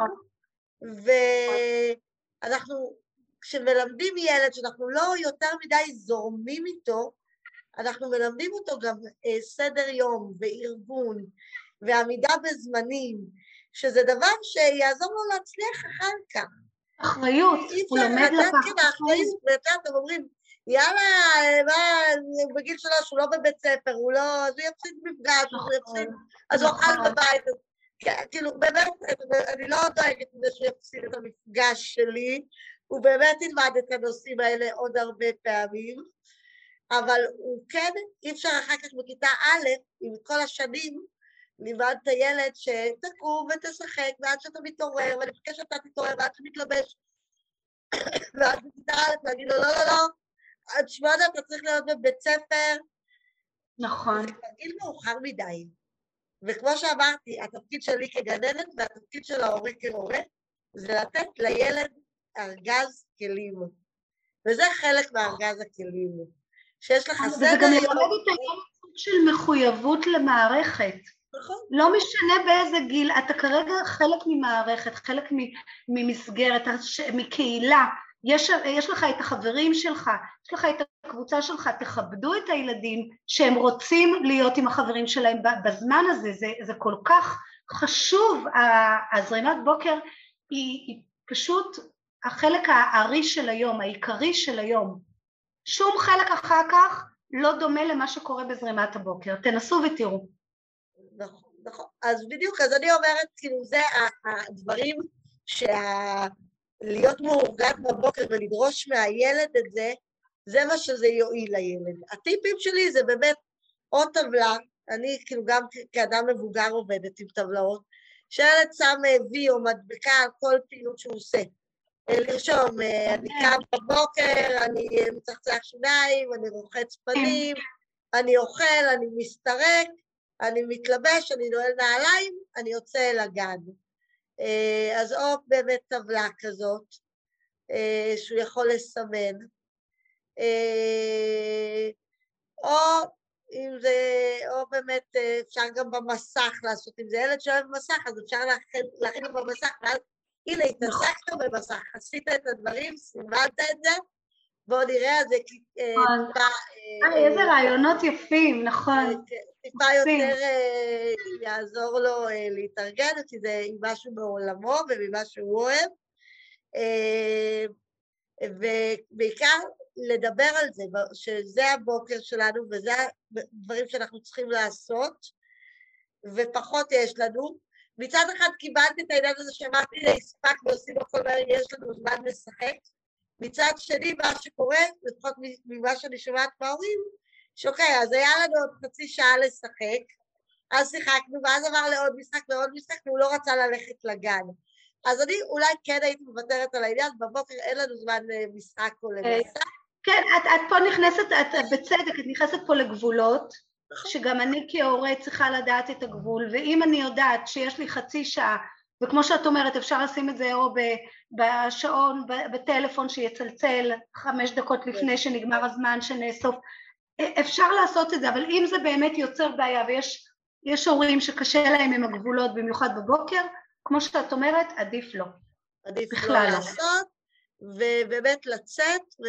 ואנחנו, כשמלמדים ילד, שאנחנו לא יותר מדי זורמים איתו, אנחנו מלמדים אותו גם אה, סדר יום וארגון, ועמידה בזמנים, שזה דבר שיעזור לו להצליח אחר כך. אחריות, הוא לומד לקחת. כן, האחריות, ואתה אתם אומרים, יאללה, מה, בגיל שלו שהוא לא בבית ספר, הוא לא, אז הוא יפסיד מפגש, הוא יפסיד, אז הוא אוכל בבית, כאילו, באמת, אני לא דואגת מזה שהוא יפסיד את המפגש שלי, הוא באמת ילמד את הנושאים האלה עוד הרבה פעמים, אבל הוא כן, אי אפשר אחר כך בכיתה א', עם כל השנים, לימד את הילד שתקום ותשחק, ועד שאתה מתעורר, ואני מבקש שאתה תתעורר, ועד שמתלבש, ועד בכיתה א', להגיד לו, לא, לא, לא, עד שמונה אתה צריך להיות בבית ספר. נכון. זה כבר גיל מאוחר מדי. וכמו שאמרתי, התפקיד שלי כגננת, והתפקיד של ההורה כהורה, זה לתת לילד ארגז כלים. וזה חלק מארגז הכלים. שיש לך סדר וזה גם יום. ילמד את הילד סוג של מחויבות למערכת. נכון. לא משנה באיזה גיל, אתה כרגע חלק ממערכת, חלק ממסגרת, מקהילה, יש, יש לך את החברים שלך, יש לך את הקבוצה שלך, תכבדו את הילדים שהם רוצים להיות עם החברים שלהם בזמן הזה, זה, זה כל כך חשוב, הזרימת בוקר היא, היא פשוט החלק הארי של היום, העיקרי של היום, שום חלק אחר כך לא דומה למה שקורה בזרימת הבוקר, תנסו ותראו. נכון, נכון. אז בדיוק, אז אני אומרת, כאילו, זה הדברים שה... להיות מאורגן בבוקר ולדרוש מהילד את זה, זה מה שזה יועיל לילד. הטיפים שלי זה באמת עוד טבלה, אני כאילו גם כאדם מבוגר עובדת עם טבלאות, שהילד שם וי או מדבקה על כל פעילות שהוא עושה. לרשום, אני קם בבוקר, אני מצחצח שיניים, אני רוחץ פנים, אני אוכל, אני מסתרק, אני מתלבש, אני נועל נעליים, אני יוצא אל הגן. אז או באמת טבלה כזאת, שהוא יכול לסמן, או אם זה, או באמת אפשר גם במסך לעשות, אם זה ילד שאוהב מסך, אז אפשר להכין לו במסך, ואז הנה, התעסקת במסך, עשית את הדברים, סימנת את זה, בואו נראה, זה טיפה... איזה רעיונות יפים, נכון. טיפה יותר יעזור לו להתארגן, כי זה עם משהו מעולמו וממה שהוא אוהב, ובעיקר לדבר על זה, שזה הבוקר שלנו, וזה הדברים שאנחנו צריכים לעשות, ופחות יש לנו. מצד אחד קיבלתי את העניין הזה שאמרתי, להספק ועושים הכל מהר, יש לנו זמן לשחק. מצד שני, מה שקורה, לפחות ממה שאני שומעת מההורים, שאוקיי, אז היה לנו עוד חצי שעה לשחק, אז שיחקנו, ואז עבר לעוד משחק ועוד משחק, והוא לא רצה ללכת לגן. אז אני אולי כן הייתי מוותרת על העניין, בבוקר אין לנו זמן משחק או למסע. כן, את, את פה נכנסת, את בצדק, את נכנסת פה לגבולות, שגם אני כהורה צריכה לדעת את הגבול, ואם אני יודעת שיש לי חצי שעה, וכמו שאת אומרת, אפשר לשים את זה או בשעון, בטלפון שיצלצל חמש דקות לפני שנגמר הזמן, שנאסוף, אפשר לעשות את זה, אבל אם זה באמת יוצר בעיה, ויש יש הורים שקשה להם עם הגבולות, במיוחד בבוקר, כמו שאת אומרת, עדיף לא. עדיף לא לעשות, ובאמת לצאת, ו...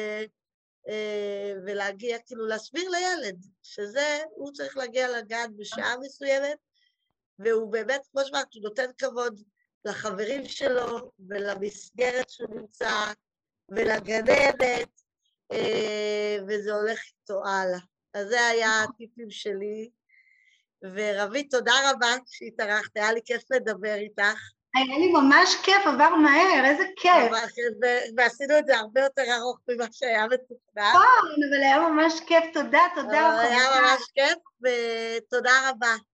ולהגיע, כאילו להסביר לילד, שזה, הוא צריך להגיע לגן בשעה מסוימת, והוא באמת, כמו שאמרת, הוא נותן כבוד לחברים שלו, ולמסגרת שהוא נמצא, ולגננת, וזה הולך איתו הלאה. אז זה היה הטיפים שלי, ורבית, תודה רבה שהתארחת, היה לי כיף לדבר איתך. היה לי ממש כיף, עבר מהר, איזה כיף. ועשינו את זה הרבה יותר ארוך ממה שהיה מתוכנן. נכון, אבל היה ממש כיף, תודה, תודה. היה ממש כיף, ותודה רבה.